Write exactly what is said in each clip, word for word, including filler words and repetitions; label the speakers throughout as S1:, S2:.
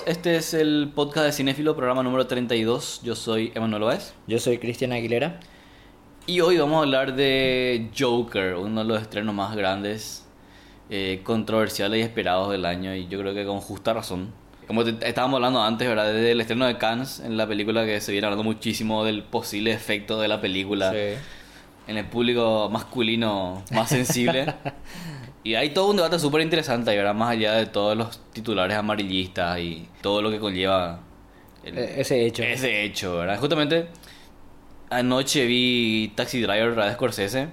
S1: todos, este es el podcast de Cinéfilo, programa número treinta y dos. Yo soy Emanuel Báez.
S2: Yo soy Cristian Aguilera.
S1: Y hoy vamos a hablar de Joker, uno de los estrenos más grandes, eh, controversiales y esperados del año. Y yo creo que con justa razón. Como te, estábamos hablando antes, ¿verdad? Desde el estreno de Cannes, en la película, que se viene hablando muchísimo del posible efecto de la película
S2: Sí.
S1: en el público masculino más sensible. Y hay todo un debate súper interesante, ¿verdad? Más allá de todos los titulares amarillistas y todo lo que conlleva el-
S2: E- ese hecho.
S1: ese hecho, ¿verdad? Justamente anoche vi Taxi Driver de Scorsese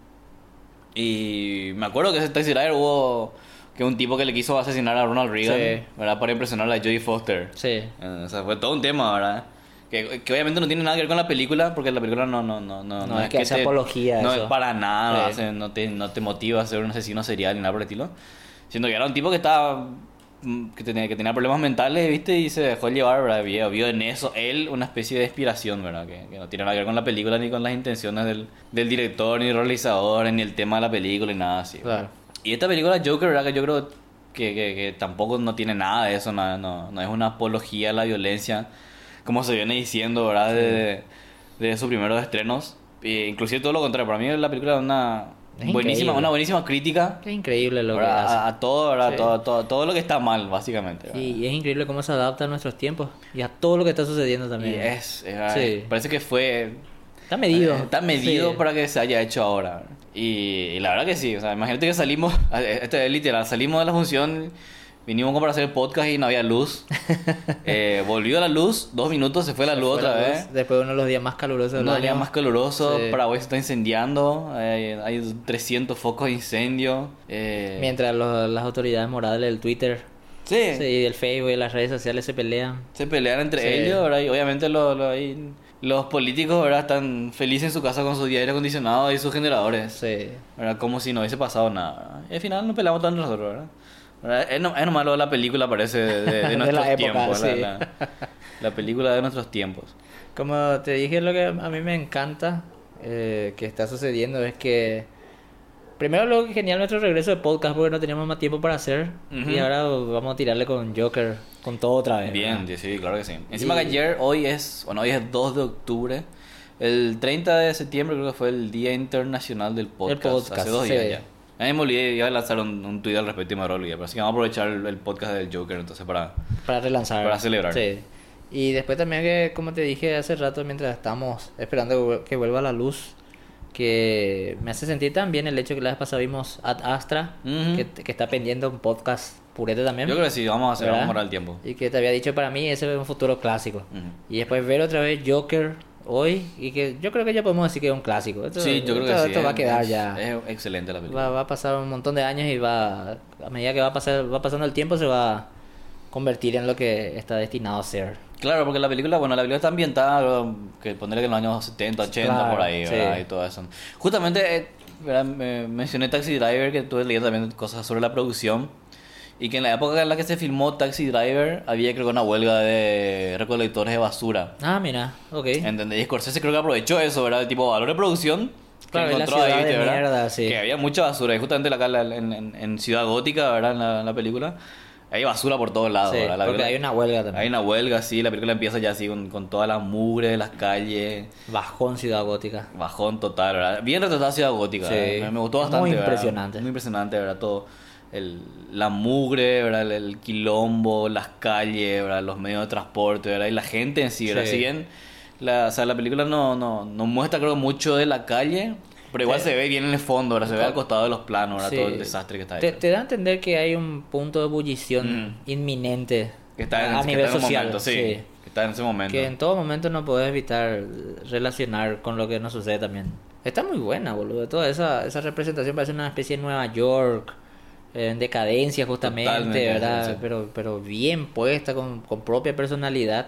S1: y me acuerdo que ese Taxi Driver hubo que un tipo que le quiso asesinar a Ronald Reagan,
S2: Sí.
S1: ¿verdad? Para impresionar a Jodie Foster.
S2: Sí.
S1: Eh, O sea, fue todo un tema, ¿verdad? Que, que obviamente no tiene nada que ver con la película, porque la película no no no no,
S2: No es que hace
S1: te-
S2: apología a
S1: no
S2: eso.
S1: es para nada,
S2: Sí.
S1: o sea, no te no te motiva a ser un asesino serial ni nada por el estilo, siendo que era un tipo que estaba mm, que tenía que tenía problemas mentales, ¿viste? Y se dejó llevar, ¿verdad? Vio, vio en eso él una especie de inspiración, ¿verdad? Que, que no tiene nada que ver con la película ni con las intenciones del, del director ni del realizador ni el tema de la película ni nada así.
S2: Claro.
S1: Y esta película Joker, ¿verdad? Que yo creo que, que, que tampoco no tiene nada de eso, no, no, no es una apología a la violencia, como se viene diciendo, ¿verdad? De, de sus primeros estrenos. E inclusive todo lo contrario, para mí la película es una
S2: Es
S1: buenísima,
S2: increíble.
S1: una buenísima crítica,
S2: Es increíble lo que
S1: ¿verdad?
S2: hace.
S1: A, a todo, ¿verdad?
S2: Sí.
S1: Todo, todo, todo lo que está mal, básicamente, ¿verdad?
S2: Y es increíble cómo se adapta a nuestros tiempos y a todo lo que está sucediendo
S1: Y
S2: también.
S1: es, es-
S2: Sí.
S1: parece que fue
S2: Está medido.
S1: eh, está medido
S2: Sí.
S1: para que se haya hecho ahora, ¿verdad? Y, y la verdad que sí, o sea, imagínate que salimos, este es literal, salimos de la función, vinimos como para hacer podcast y no había luz. Eh, volvió la luz, dos minutos, se fue la
S2: Se
S1: luz
S2: fue
S1: otra
S2: la
S1: vez.
S2: luz Después de uno de los días más calurosos del
S1: Unos
S2: año.
S1: días más caluroso,
S2: Sí.
S1: Paraguay se está incendiando, hay, hay trescientos focos de incendio. Eh,
S2: Mientras los- las autoridades morales del Twitter,
S1: sí,
S2: sí, del Facebook y las redes sociales se pelean.
S1: se pelean entre
S2: Sí.
S1: ellos, ¿verdad? Y obviamente lo- lo- ahí- los políticos, ¿verdad? Están felices en su casa con su aire acondicionado y sus generadores,
S2: Sí.
S1: ¿verdad? Como si no hubiese pasado nada, ¿verdad? Y al final nos peleamos tanto nosotros, ¿verdad? ¿Verdad? Es, no, es nomás lo de la película, parece, de, de- de
S2: De
S1: nuestros
S2: la época,
S1: tiempos,
S2: sí.
S1: ¿verdad? La, la película de nuestros tiempos.
S2: Como te dije, lo que a mí me encanta eh, que está sucediendo es que primero lo genial nuestro regreso de podcast porque no teníamos más tiempo para hacer.
S1: Ujú.
S2: Y ahora vamos a tirarle con Joker con todo otra vez.
S1: Bien,
S2: ¿verdad?
S1: sí, claro que sí. Encima
S2: Y-
S1: que ayer, hoy es, bueno, hoy es dos de octubre. El treinta de septiembre creo que fue el Día Internacional del Podcast.
S2: podcast,
S1: hace dos
S2: sí.
S1: días ya. A mí me olvidé, iba a lanzar un, un tweet al respecto y me lo olvidé. Pero así que vamos a aprovechar el, el podcast del Joker entonces para...
S2: Para relanzar.
S1: Para celebrar.
S2: Sí. Y después también que, como te dije hace rato, mientras estamos esperando que vuel- que vuelva la luz, que me hace sentir también el hecho que la vez pasada vimos Ad Astra,
S1: Ujú.
S2: que, que está pendiente un podcast purete también.
S1: Yo creo que sí, vamos a hacer,
S2: ¿verdad?
S1: vamos a ahorrar el tiempo.
S2: Y que te había dicho para mí ese es un futuro clásico.
S1: Ujú.
S2: Y después ver otra vez Joker hoy, y que yo creo que ya podemos decir que es un clásico. Esto,
S1: Sí, yo creo que
S2: esto-
S1: sí.
S2: esto va a
S1: es-
S2: quedar
S1: es-
S2: ya.
S1: Es excelente la película.
S2: Va, va a pasar un montón de años y va, a medida que va a pasar, va pasando el tiempo, se va a convertir en lo que está destinado a ser.
S1: Claro, porque la película, bueno, la película está ambientada, que ponerle que en los años setenta, ochenta,
S2: Claro,
S1: por ahí,
S2: sí.
S1: ¿verdad? Y todo eso. Justamente, eh, ¿verdad? Me mencioné Taxi Driver, que estuve leyendo también cosas sobre la producción. Y que en la época en la que se filmó Taxi Driver, había creo que una huelga de recolectores de basura.
S2: Ah, mira, ok.
S1: ¿Entendés? Y Scorsese creo que aprovechó eso, ¿verdad? Tipo valor de producción. que
S2: Claro, es la
S1: encontró
S2: ciudad
S1: ahí,
S2: de
S1: ¿verdad?
S2: mierda, sí.
S1: Que había mucha basura. Y justamente acá en, la- en, en- en Ciudad Gótica, ¿verdad? En la, en la película, hay basura por todos lados,
S2: Sí,
S1: ¿verdad? La
S2: porque
S1: película-
S2: hay una huelga también.
S1: hay una huelga, sí, la película empieza ya así con, con toda la mugre de las calles,
S2: Bajón Ciudad Gótica.
S1: bajón total, ¿verdad? Bien retratada Ciudad Gótica,
S2: Sí.
S1: ¿verdad? Me gustó
S2: Muy
S1: bastante, ¿verdad?
S2: impresionante.
S1: Muy impresionante, ¿verdad? Todo, el, la mugre, ¿verdad? El, el quilombo, las calles, ¿verdad? Los medios de transporte, ¿verdad? Y la gente en sí, ¿verdad?
S2: Sí.
S1: Si bien la, o sea, la película no, no, no muestra, creo, mucho de la calle, pero igual
S2: Eh,
S1: se ve bien en el fondo, ¿verdad? Se ve al costado de los planos, ¿verdad?
S2: Sí.
S1: Todo el desastre que está
S2: Te,
S1: hecho.
S2: te da a entender que hay un punto de ebullición
S1: Mm.
S2: inminente
S1: Que está en,
S2: a
S1: que
S2: nivel
S1: está en un
S2: social.
S1: momento, sí,
S2: sí.
S1: que está en ese momento.
S2: Que en todo momento no podés evitar relacionar con lo que nos sucede también. Está muy buena, boludo. Toda esa, esa representación parece una especie de Nueva York, eh, en decadencia justamente,
S1: Totalmente,
S2: ¿verdad?
S1: sí.
S2: Pero, pero bien puesta, con, con propia personalidad.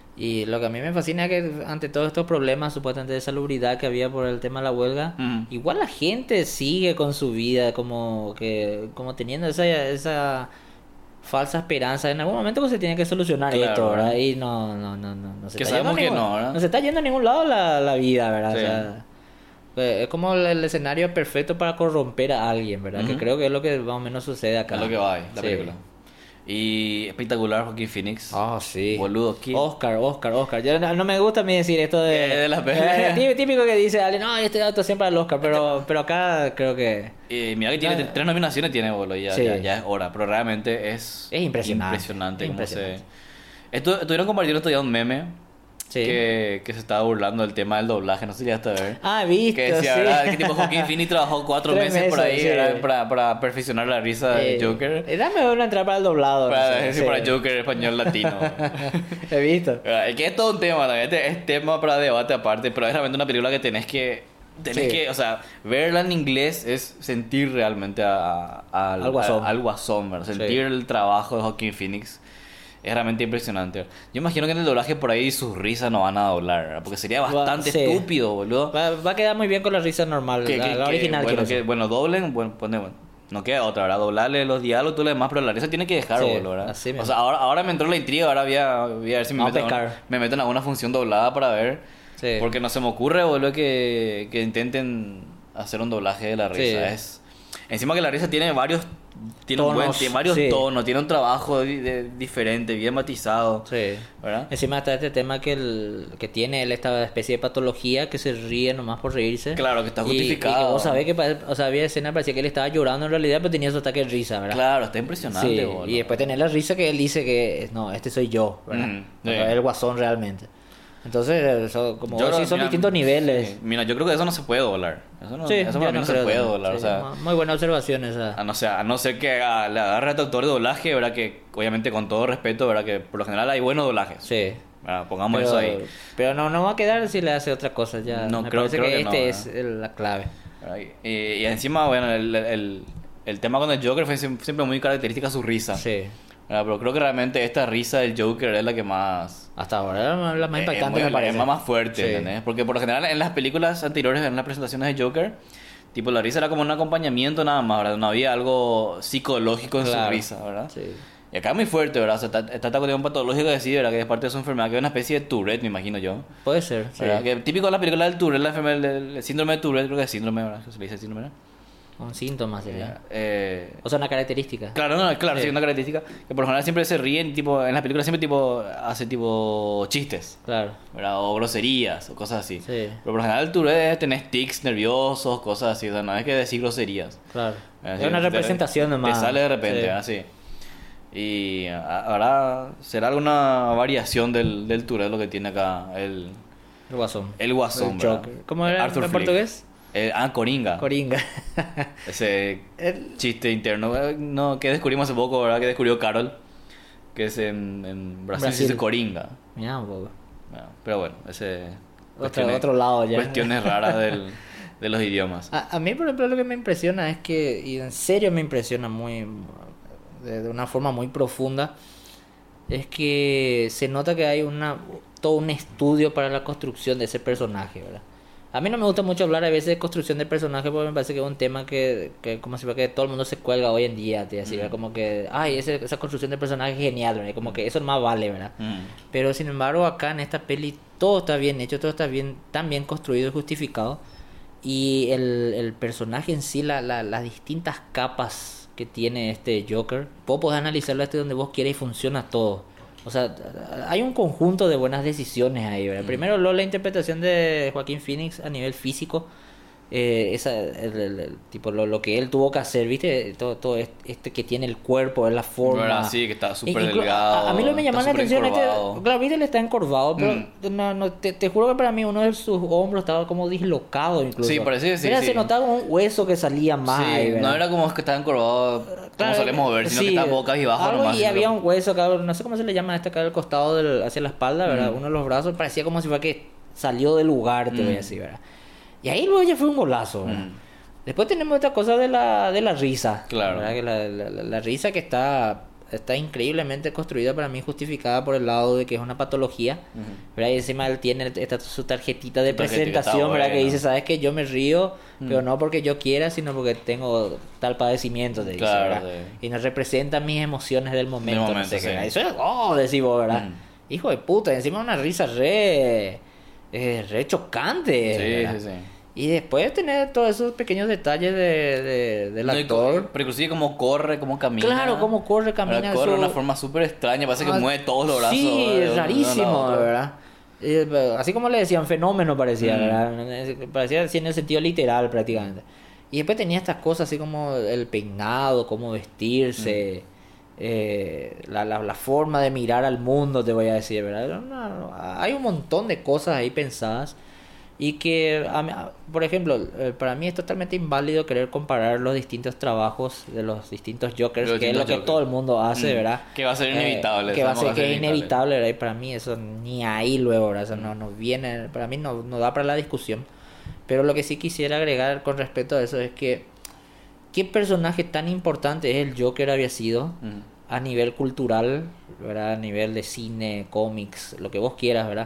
S2: Y lo que a mí me fascina es que ante todos estos problemas supuestamente de salubridad que había por el tema de la huelga,
S1: Ujú.
S2: igual la gente sigue con su vida como que como teniendo esa, esa falsa esperanza. En algún momento pues se tiene que solucionar
S1: Claro,
S2: esto, ¿verdad?
S1: ¿verdad?
S2: Y no, no, no, no, no se
S1: Que
S2: está yendo
S1: sabemos
S2: a
S1: que
S2: ningún-
S1: no, ¿verdad?
S2: no se está yendo a ningún lado la, la vida, ¿verdad?
S1: Sí.
S2: O sea, pues, es como el, el escenario perfecto para corromper a alguien, ¿verdad? Que
S1: Ujú.
S2: creo que es lo que más o menos sucede acá.
S1: Es lo que va ahí, la
S2: Sí.
S1: película. Y espectacular Joaquin Phoenix.
S2: Oh, sí.
S1: Boludo, ¿qué?
S2: Oscar, Oscar, Oscar. Yo, no, no me gusta a mí decir esto de...
S1: Eh, de las
S2: eh,
S1: peleas.
S2: tí- típico que dice alguien, no, este auto siempre al Oscar, pero, pero acá creo que...
S1: Eh, mira que tiene
S2: Ya-
S1: tres nominaciones, tiene, boludo, ya,
S2: Sí.
S1: ya, ya es hora. Pero realmente es...
S2: Es impresionante.
S1: Impresionante. cómo
S2: Impresionante.
S1: se... Estu- estuvieron compartiendo otro día un meme
S2: Sí.
S1: que, que se estaba burlando del tema del doblaje. No sé si llegaste a ver.
S2: Ah, visto,
S1: Que decía,
S2: sí.
S1: ¿verdad? Que tipo Joaquin Phoenix trabajó cuatro
S2: Tres
S1: meses, por ahí,
S2: meses, sí.
S1: ¿verdad? Para, para perfeccionar la risa
S2: Eh,
S1: de Joker.
S2: Era mejor una entrada para el doblado.
S1: Para,
S2: no sé,
S1: decir,
S2: sí.
S1: para Joker español latino.
S2: He visto.
S1: ¿Verdad? Es que es todo un tema, ¿no? Este es tema para debate aparte, pero es realmente una película que tenés que... Tenés
S2: Sí.
S1: que, o sea, verla en inglés es sentir realmente a, a- al,
S2: Al Guasón.
S1: a- al Guasón, ¿verdad?
S2: Sí.
S1: Sentir el trabajo de Joaquin Phoenix es realmente impresionante. Yo imagino que en el doblaje por ahí sus risas no van a doblar, ¿verdad? Porque sería
S2: Va-
S1: bastante
S2: sí.
S1: estúpido, boludo.
S2: Va, va a quedar muy bien con la risa normal,
S1: Que-
S2: la,
S1: que-
S2: la
S1: que-
S2: original.
S1: bueno,
S2: quiero
S1: que,
S2: decir.
S1: bueno, doblen, bueno, pone, bueno, no queda otra, ¿verdad? Doblarle los diálogos, todo lo demás, pero la risa tiene que dejar,
S2: Sí,
S1: boludo, ¿verdad?
S2: así
S1: O
S2: mismo.
S1: sea, ahora, ahora me entró la intriga, ahora voy a, voy a ver si me
S2: Vamos a
S1: meto, en una-
S2: pescar.
S1: me meto en alguna función doblada para ver.
S2: Sí.
S1: Porque no se me ocurre, boludo, que, que intenten hacer un doblaje de la risa.
S2: Sí.
S1: Es, encima que la risa tiene varios, tiene, un buen,
S2: Tonos,
S1: tiene varios
S2: sí.
S1: tonos, tiene un trabajo di- de- diferente, bien matizado,
S2: Sí.
S1: ¿verdad?
S2: Encima está este tema que, el, que tiene él esta especie de patología que se ríe nomás por reírse.
S1: Claro, que está
S2: Y- Y,
S1: justificado.
S2: que vos sabés que pare- o sea, había escena parecía que él estaba llorando en realidad, pero tenía su ataque de risa, ¿verdad?
S1: Claro, está impresionante,
S2: Sí,
S1: boludo.
S2: y después tener la risa que él dice que no, este soy yo, ¿verdad?
S1: Ujú,
S2: O
S1: sí.
S2: sea, el guasón realmente. Entonces, eso, como
S1: Yo
S2: vos
S1: creo-
S2: decís, son
S1: mira,
S2: distintos niveles.
S1: sí. Mira, yo creo que eso no se puede doblar. Eso, no,
S2: Sí,
S1: eso
S2: yo
S1: para mí
S2: no
S1: no se
S2: creo
S1: puede
S2: también.
S1: doblar.
S2: Sí,
S1: O sea,
S2: muy buena observación esa.
S1: a no ser, a no ser que haga- le agarre a tu actor de doblaje, ¿verdad? Que obviamente con todo respeto, ¿verdad? Que por lo general hay buenos doblajes.
S2: Sí.
S1: ¿Verdad? Pongamos
S2: Pero,
S1: eso ahí.
S2: pero no, no va a quedar si le hace otra cosa ya.
S1: No,
S2: Me
S1: creo-
S2: parece
S1: creo
S2: que,
S1: que no,
S2: este
S1: ¿verdad?
S2: es el- la clave.
S1: ¿Verdad? Y, y encima, bueno, el, el, el tema con el Joker fue siem- siempre muy característica su risa.
S2: Sí.
S1: ¿Verdad? Pero creo que realmente esta risa del Joker es la que más...
S2: Hasta ahora la, la más
S1: es-
S2: impactante
S1: es,
S2: me
S1: muy-
S2: parece.
S1: es más fuerte,
S2: Sí.
S1: ¿entendés? Porque por lo general en las películas anteriores, en las presentaciones de Joker, tipo la risa era como un acompañamiento nada más, ¿verdad? No había algo psicológico en
S2: Claro.
S1: su risa, ¿verdad?
S2: Sí.
S1: Y acá es muy fuerte, ¿verdad? O sea, está, está esta cuestión patológica de sí, ¿verdad? Que es parte de su enfermedad, que es una especie de Tourette, me imagino yo.
S2: Puede ser. Sí.
S1: ¿Verdad? Que típico de la película del Tourette, la enfermedad del, del síndrome de Tourette, creo que es síndrome, ¿verdad? Se le dice síndrome, ¿verdad?
S2: Con síntomas sería.
S1: Eh,
S2: O sea, una característica.
S1: Claro, no, claro,
S2: Sí.
S1: sí, una característica que por lo general siempre se ríen, tipo, en las películas siempre tipo hace tipo chistes,
S2: Claro.
S1: ¿verdad? O groserías o cosas así.
S2: Sí.
S1: Pero por lo general tú ves, tenés tics nerviosos, cosas así, o sea, no es que decir groserías.
S2: Claro.
S1: Así,
S2: Es una
S1: te-
S2: representación nomás.
S1: Te sale de repente,
S2: Sí.
S1: así. Y a- ahora será alguna variación del, del Tourette lo que tiene acá el,
S2: El guasón.
S1: el guasón,
S2: El
S1: ¿verdad?
S2: Joker. ¿Cómo era
S1: Arthur
S2: en
S1: Fleck.
S2: portugués?
S1: Eh, ah, Coringa.
S2: Coringa.
S1: Ese
S2: El-
S1: chiste interno eh, no, que descubrimos hace poco, ¿verdad? Que descubrió Carol, que es en, en Brasil,
S2: Brasil.
S1: se dice Coringa.
S2: Mira un poco.
S1: Bueno, pero bueno, ese
S2: Otro,
S1: cuestiones-
S2: otro lado ya.
S1: cuestiones raras del, de los idiomas.
S2: A, a mí, por ejemplo, lo que me impresiona es que, y en serio me impresiona muy, de, de una forma muy profunda, es que se nota que hay una todo un estudio para la construcción de ese personaje, ¿verdad? A mí no me gusta mucho hablar a veces de construcción de personaje porque me parece que es un tema que, que como si fuera que todo el mundo se cuelga hoy en día, te decir,
S1: Mm.
S2: como que, ay, ese, esa construcción de personaje es genial, ¿verdad? Como que eso más vale, ¿verdad?
S1: Mm.
S2: Pero sin embargo acá en esta peli todo está bien hecho, todo está bien, tan bien construido y justificado. Y el, el personaje en sí, la, la- las distintas capas que tiene este Joker, vos podés analizarlo hasta donde vos quieras y funciona todo. O sea, hay un conjunto de buenas decisiones ahí, ¿verdad? Primero lo, la interpretación de Joaquín Phoenix a nivel físico. Eh, esa, el, el- el- tipo lo, lo que él tuvo que hacer, ¿viste? Todo, todo est- este que tiene el cuerpo, la forma.
S1: Verdad, sí, que está súper
S2: Inclu-
S1: delgado,
S2: A, a mí lo que me llama
S1: está
S2: la atención
S1: súper
S2: este,
S1: encorvado.
S2: claro, viste, él está encorvado, pero
S1: Mm.
S2: no, no, te, te juro que para mí uno de sus hombros estaba como dislocado incluso.
S1: Sí, parece que sí,
S2: Mira,
S1: sí.
S2: se notaba un hueso que salía más.
S1: Sí,
S2: ahí, ¿verdad?
S1: no era como que estaba encorvado como
S2: Claro,
S1: solemos ver, sino
S2: sí,
S1: que estaba boca y bajo
S2: algo,
S1: nomás.
S2: y
S1: ¿no?
S2: había un hueso acá, no sé cómo se le llama este acá al costado del, hacia la espalda, ¿verdad?
S1: Mm.
S2: Uno de los brazos parecía como si fuera que salió del lugar, te
S1: Mm.
S2: voy a decir, ¿verdad? Y ahí luego ya fue un golazo, ¿verdad?
S1: Mm.
S2: Después tenemos otra cosa de la, de la risa.
S1: Claro.
S2: ¿Verdad? Que la, la, la- la risa que está, está increíblemente construida para mí, justificada por el lado de que es una patología.
S1: Ujú.
S2: ¿Verdad? Y encima él tiene esta, su tarjetita de
S1: Su tarjetita
S2: presentación,
S1: está
S2: ¿verdad? Que
S1: buena.
S2: dice, ¿sabes qué? Yo me río,
S1: Mm.
S2: pero no porque yo quiera, sino porque tengo tal padecimiento, te dice,
S1: Claro,
S2: ¿verdad?
S1: sí.
S2: Y nos representa mis emociones del momento. no
S1: momento,
S2: sé qué,
S1: sí.
S2: ¿verdad? Eso es, oh, decís vos, ¿verdad?
S1: Mm.
S2: Hijo de puta, encima una risa re, eh, re chocante.
S1: Sí,
S2: ¿verdad?
S1: sí, sí.
S2: Y después tener todos esos pequeños detalles de, de- del
S1: No, y co-
S2: actor.
S1: Pero inclusive cómo corre, cómo camina.
S2: Claro, cómo corre,
S1: Ahora
S2: camina.
S1: corre de
S2: eso-
S1: una forma súper extraña, parece que
S2: Ah,
S1: mueve todos los brazos.
S2: Sí,
S1: de
S2: es
S1: un- de un lado a
S2: rarísimo,
S1: otro.
S2: de verdad. Eh, Así como le decían, fenómeno parecía,
S1: Mm.
S2: ¿verdad? Parecía así en el sentido literal prácticamente. Y después tenía estas cosas así como el peinado, cómo vestirse, eh, la, la, la forma de mirar al mundo, te voy a decir, ¿verdad? Era una- hay un montón de cosas ahí pensadas. Y que, a mí- a- por ejemplo, eh, para mí es totalmente inválido querer comparar los distintos trabajos de los distintos Jokers,
S1: Los
S2: que es lo
S1: distintos
S2: que
S1: Jokers.
S2: todo el mundo hace,
S1: Mm,
S2: ¿verdad?
S1: que va a ser
S2: Eh,
S1: inevitable,
S2: que va a
S1: sabemos
S2: ser, que es inevitable, ¿verdad? Y para mí eso ni ahí luego, ¿verdad? Eso no, no viene, para mí no, no da para la discusión. Pero lo que sí quisiera agregar con respecto a eso es que, ¿qué personaje tan importante es el Joker había sido
S1: Mm.
S2: a nivel cultural, ¿verdad? A nivel de cine, cómics, lo que vos quieras, ¿verdad?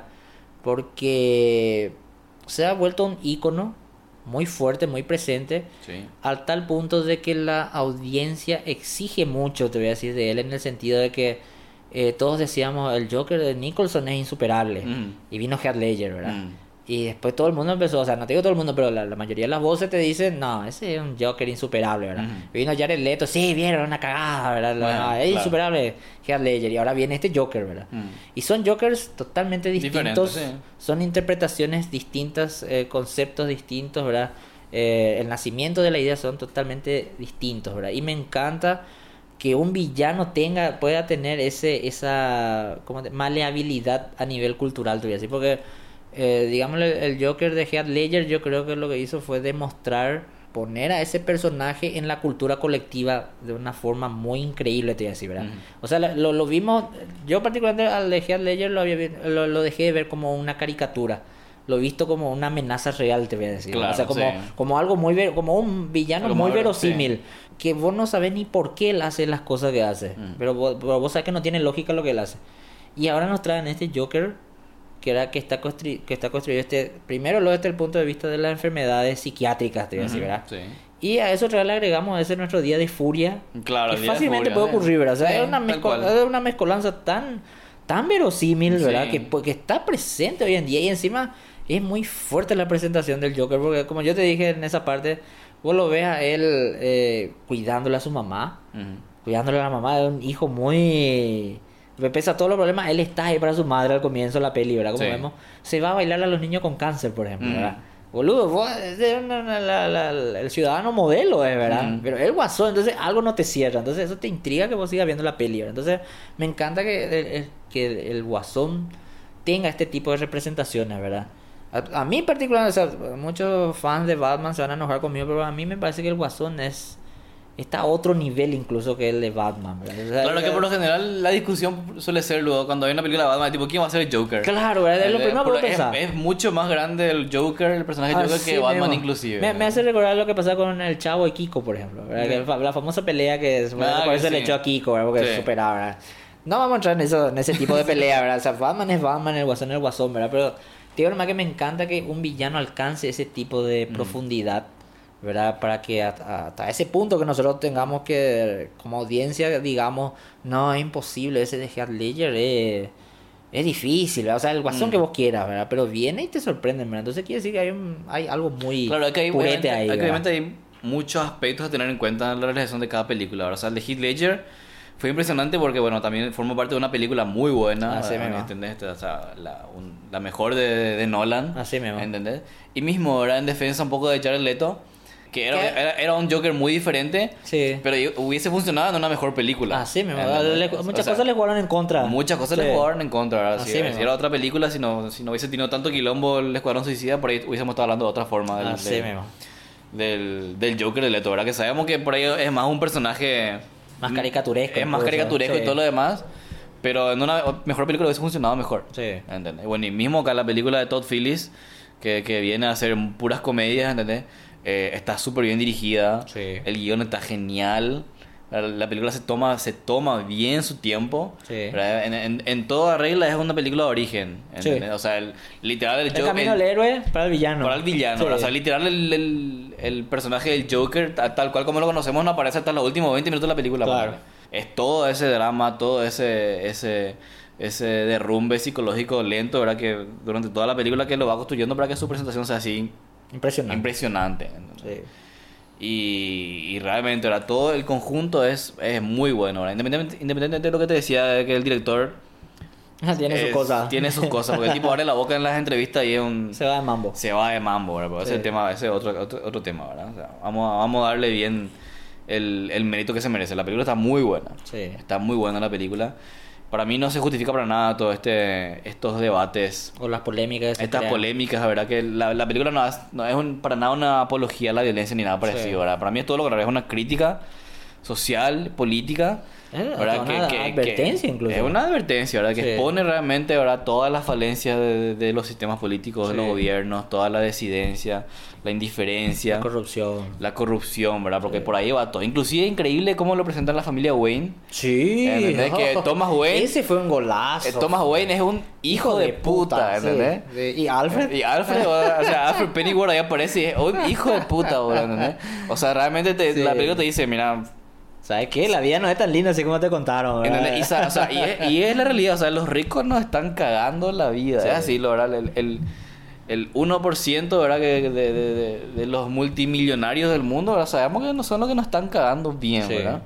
S2: Porque se ha vuelto un ícono muy fuerte, muy presente,
S1: Sí.
S2: al tal punto de que la audiencia exige mucho, te voy a decir, de él, en el sentido de que eh, todos decíamos, el Joker de Nicholson es insuperable,
S1: Mm.
S2: y vino Heath Ledger, ¿verdad?
S1: Mm.
S2: Y después todo el mundo empezó, o sea, no te digo todo el mundo, pero la, la mayoría de las voces te dicen, no, ese es un Joker insuperable, ¿verdad?
S1: Ujú.
S2: Y vino Jared Leto, sí, vieron una cagada, ¿verdad? La-
S1: Bueno,
S2: es
S1: claro.
S2: insuperable Heath Ledger, y ahora viene este Joker, ¿verdad?
S1: Mm.
S2: Y son Jokers totalmente distintos,
S1: Diferentes, sí.
S2: son interpretaciones distintas, eh, conceptos distintos, ¿verdad? Eh, el nacimiento de la idea son totalmente distintos, ¿verdad? Y me encanta que un villano tenga, pueda tener ese, esa como de- maleabilidad a nivel cultural, te voy a decir, porque eh, digamos el, el Joker de Heath Ledger, yo creo que lo que hizo fue demostrar, poner a ese personaje en la cultura colectiva de una forma muy increíble, te voy a decir, ¿verdad?
S1: Ujú.
S2: O sea, lo, lo vimos, yo particularmente al de Heath Ledger lo, había, vi- lo, lo dejé de ver como una caricatura. Lo he visto como una amenaza real, te voy a decir.
S1: Claro,
S2: o sea, como,
S1: sí.
S2: como algo muy, ver- como un villano
S1: Algo
S2: muy
S1: más ver-
S2: verosímil. Que vos no sabés ni por qué él hace las cosas que hace.
S1: Mm.
S2: Pero, vos, pero vos sabés que no tiene lógica lo que él hace. Y ahora nos traen este Joker, que era que está, constru- que está construido este, primero lo desde el punto de vista de las enfermedades psiquiátricas, te voy a decir,
S1: Ujú.
S2: ¿verdad?
S1: Sí.
S2: Y a eso otra vez le agregamos ese nuestro día de furia.
S1: Claro,
S2: que
S1: el día de
S2: fácilmente
S1: furia,
S2: puede
S1: sí.
S2: ocurrir, ¿verdad? O sea,
S1: Sí,
S2: es, una
S1: tal
S2: mezco-
S1: cual.
S2: es una mezcolanza tan, tan verosímil,
S1: Sí.
S2: ¿verdad? Que, pues, que está presente hoy en día. Y encima es muy fuerte la presentación del Joker, porque como yo te dije en esa parte, vos lo ves a él eh, cuidándole a su mamá,
S1: Ujú.
S2: cuidándole a la mamá de un hijo muy... Pese a todos los problemas, él está ahí para su madre al comienzo de la peli, ¿verdad? Como
S1: Sí.
S2: vemos, se va a bailar a los niños con cáncer, por ejemplo,
S1: Mm.
S2: ¿verdad? Boludo, vos es una- una- la- la- la- el ciudadano modelo, es verdad.
S1: Mm.
S2: Pero el guasón, entonces algo no te cierra. Entonces eso te intriga que vos sigas viendo la peli, ¿verdad? Entonces me encanta que el, el- que el guasón tenga este tipo de representaciones, ¿verdad? A, a mí particularmente, o sea, muchos fans de Batman se van a enojar conmigo, pero a mí me parece que el guasón es... está a otro nivel incluso que el de Batman, ¿verdad? O sea,
S1: Claro que por lo general la discusión suele ser luego cuando hay una película de Batman, tipo, ¿quién va a ser el Joker?
S2: Claro, ¿verdad? Es lo
S1: Eh,
S2: primero que
S1: pero
S2: vos
S1: es,
S2: pensás.
S1: es mucho más grande el Joker, el personaje Joker,
S2: Así
S1: que Batman
S2: mismo.
S1: inclusive.
S2: Me, me hace recordar lo que pasaba con el Chavo y Kiko, por ejemplo. ¿verdad?
S1: Sí.
S2: Que el fa- la famosa pelea que bueno,
S1: Ah,
S2: por
S1: que
S2: eso le
S1: sí.
S2: echó a Kiko, ¿verdad? Porque
S1: Sí.
S2: superaba, ¿verdad? No vamos a entrar en, eso, en ese tipo de pelea, ¿verdad? O sea, Batman es Batman, el Guasón es el Guasón, ¿verdad? Pero te digo nomás que me encanta que un villano alcance ese tipo de
S1: Mm.
S2: profundidad, ¿verdad? Para que hasta, hasta ese punto que nosotros tengamos que, como audiencia, digamos, no, es imposible, ese de Heath Ledger es... Es difícil, ¿verdad? O sea, el guasón
S1: Mm.
S2: que vos quieras, ¿verdad? Pero viene y te sorprende, ¿verdad? Entonces quiere decir que hay, un, hay algo muy
S1: Claro, es que hay,
S2: purete
S1: obviamente,
S2: ahí,
S1: hay, que
S2: ¿verdad?
S1: obviamente hay muchos aspectos a tener en cuenta en la realización de cada película. ¿verdad? O sea, el de Heath Ledger fue impresionante porque, bueno, también formó parte de una película muy buena.
S2: Así
S1: ¿verdad?
S2: mismo.
S1: ¿Entendés? O sea, la, un- la mejor de, de Nolan.
S2: Así mismo.
S1: ¿Entendés? Y mismo era en defensa un poco de Jared Leto, que era,
S2: ¿Qué?
S1: era, era un Joker muy diferente,
S2: Sí.
S1: pero hubiese funcionado en una mejor película.
S2: Así mismo.
S1: ¿entendés?
S2: Le-
S1: O
S2: muchas
S1: sea,
S2: cosas le jugaron en contra.
S1: Muchas cosas
S2: Sí.
S1: le jugaron en contra, ¿verdad? Si,
S2: Así mismo.
S1: si era otra película, si no, si no hubiese tenido tanto quilombo el Escuadrón Suicida, por ahí hubiésemos estado hablando de otra forma del,
S2: Así
S1: del,
S2: mismo.
S1: del, del Joker de Leto, ¿verdad? Que sabemos que por ahí es más un personaje...
S2: Más caricaturesco,
S1: Es más
S2: incluso.
S1: caricaturesco
S2: Sí.
S1: y todo lo demás, pero en una mejor película hubiese funcionado mejor.
S2: Sí.
S1: ¿Entendés? Bueno, y mismo acá la película de Todd Phillips, que, que viene a hacer puras comedias, ¿entendés? Eh, está súper bien dirigida,
S2: Sí.
S1: el guión está genial, la, la película se toma, se toma bien su tiempo,
S2: Sí.
S1: ¿verdad? En, en, en toda regla es una película de origen, ¿entendés?
S2: Sí.
S1: O sea, el, literal el,
S2: El
S1: Joker-
S2: camino
S1: el-
S2: del héroe para el villano.
S1: para el villano,
S2: Sí.
S1: ¿verdad? O sea, literal el, el, el personaje del Joker, ta- tal cual como lo conocemos, no aparece hasta los últimos veinte minutos de la película.
S2: Claro.
S1: ponele. Es todo ese drama, todo ese ese ese derrumbe psicológico lento, ¿verdad? Que durante toda la película que lo va construyendo para que su presentación sea así
S2: Impresionante.
S1: impresionante. ¿Entendés?
S2: Sí.
S1: Y, y realmente, ahora todo el conjunto es, es muy bueno. ¿Verdad? Independientemente, independientemente de lo que te decía, de que el director
S2: Tiene
S1: es-
S2: sus cosas.
S1: tiene sus cosas, porque el tipo abre la boca en las entrevistas y es un...
S2: Se va de mambo.
S1: se va de mambo, ¿verdad? Pero ese
S2: Sí.
S1: es tema, ese es otro, otro, otro tema, ¿verdad? O sea, vamos, a, vamos a darle bien el, el mérito que se merece. La película está muy buena.
S2: Sí.
S1: Está muy buena la película. Para mí no se justifica para nada todo este estos debates,
S2: O las polémicas que se
S1: estas
S2: crean.
S1: polémicas, la verdad que la, la película no es, no es un- para nada una apología a la violencia ni nada parecido,
S2: Sí.
S1: ¿verdad? Para mí es todo lo contrario, es una crítica social, política,
S2: Es
S1: ¿verdad?
S2: una advertencia incluso.
S1: Es una advertencia, ¿verdad? Que
S2: Sí.
S1: expone realmente, ¿verdad? Todas las falencias de, de los sistemas políticos, de
S2: Sí.
S1: los gobiernos, toda la desidencia, la indiferencia,
S2: La corrupción.
S1: la corrupción, ¿verdad? Porque
S2: Sí.
S1: por ahí va todo. Inclusive increíble cómo lo presentan la familia Wayne.
S2: Sí.
S1: ¿Entendés? Que Thomas Wayne-
S2: Ese fue un golazo.
S1: Eh, Thomas Wayne es un hijo de puta,
S2: sí.
S1: ¿entendés?
S2: Sí. Y Alfred.
S1: Y Alfred, o sea, Alfred Pennyworth ahí aparece y es un hijo de puta, boludo, ¿entendés? O sea, realmente te-
S2: Sí.
S1: la película te dice, mira,
S2: ¿Sabes qué? La vida no es tan linda así como te contaron, ¿verdad?
S1: ¿entendés? Y, sa- o sea, y, es, y es la realidad, o sea, los ricos nos están cagando la vida,
S2: Sí.
S1: es así, lo ¿verdad? El, el, el uno por ciento, ¿verdad? Que de, de, de, de los multimillonarios del mundo, ¿verdad? Sabemos que no son los que nos están cagando bien,
S2: Sí.
S1: ¿verdad?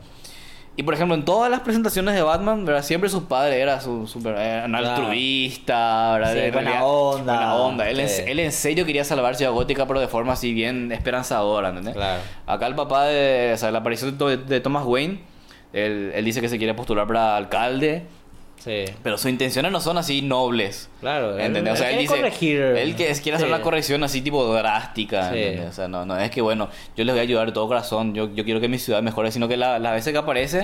S1: Y por ejemplo, en todas las presentaciones de Batman, ¿verdad? Siempre su padre era su super era un
S2: Claro.
S1: altruista, ¿verdad?
S2: Sí,
S1: En
S2: buena
S1: realidad,
S2: onda.
S1: Buena onda. Él,
S2: Sí.
S1: en, él en serio quería salvar Ciudad Gótica, pero de forma así bien esperanzadora, ¿entendés?
S2: Claro.
S1: Acá el papá de, o sea, la aparición de, de Thomas Wayne, él, él dice que se quiere postular para alcalde,
S2: Sí.
S1: pero sus intenciones no son así nobles.
S2: Claro.
S1: ¿Entendés? O sea, él
S2: quiere
S1: dice.
S2: corregir.
S1: Él que quiere hacer
S2: Sí.
S1: una corrección así tipo drástica.
S2: Sí.
S1: ¿Entendés? O sea, no, no es que bueno, yo les voy a ayudar de todo corazón, yo, yo quiero que mi ciudad mejore, sino que la- las veces que aparece,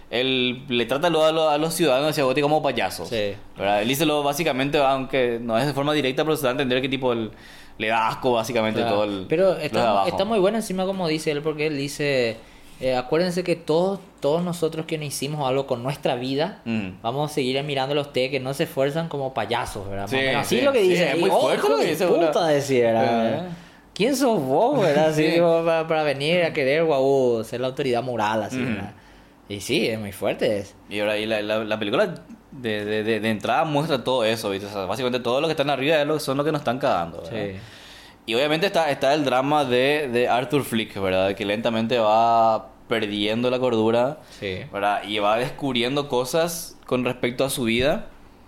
S1: él le trata luego a, los- a los ciudadanos de Ciudad Gótica como payasos.
S2: Sí.
S1: ¿Verdad? Él dice lo básicamente, aunque no es de forma directa, pero se da a entender que tipo él, le da asco básicamente
S2: Claro.
S1: todo el.
S2: Pero
S1: los de
S2: está,
S1: abajo.
S2: está muy bueno encima como dice él, porque él dice, eh, acuérdense que todos, todos nosotros que no hicimos algo con nuestra vida,
S1: Mm.
S2: vamos a seguir mirándolo a ustedes que no se esfuerzan como payasos, ¿verdad? Más
S1: Sí,
S2: o menos así
S1: sí,
S2: es lo que
S1: sí,
S2: dice.
S1: es
S2: Y,
S1: muy
S2: oh,
S1: fuerte
S2: hijo
S1: lo que
S2: de
S1: dice,
S2: puta,
S1: boludo.
S2: decía, ¿verdad?
S1: Eh.
S2: ¿Quién sos vos, verdad? Así,
S1: Sí.
S2: tipo, para, para venir a querer, guau, ser la autoridad moral, así,
S1: Ujú.
S2: ¿verdad? Y sí, es muy fuerte. Es.
S1: Y ahora y la, la, la película de, de, de, de entrada muestra todo eso, ¿viste? O sea, básicamente todo lo que están arriba es lo, son los que nos están cagando, ¿verdad?
S2: Sí.
S1: Y obviamente está, está el drama de, de Arthur Flick, ¿verdad? Que lentamente va perdiendo la cordura,
S2: Sí.
S1: ¿verdad? Y va descubriendo cosas con respecto a su vida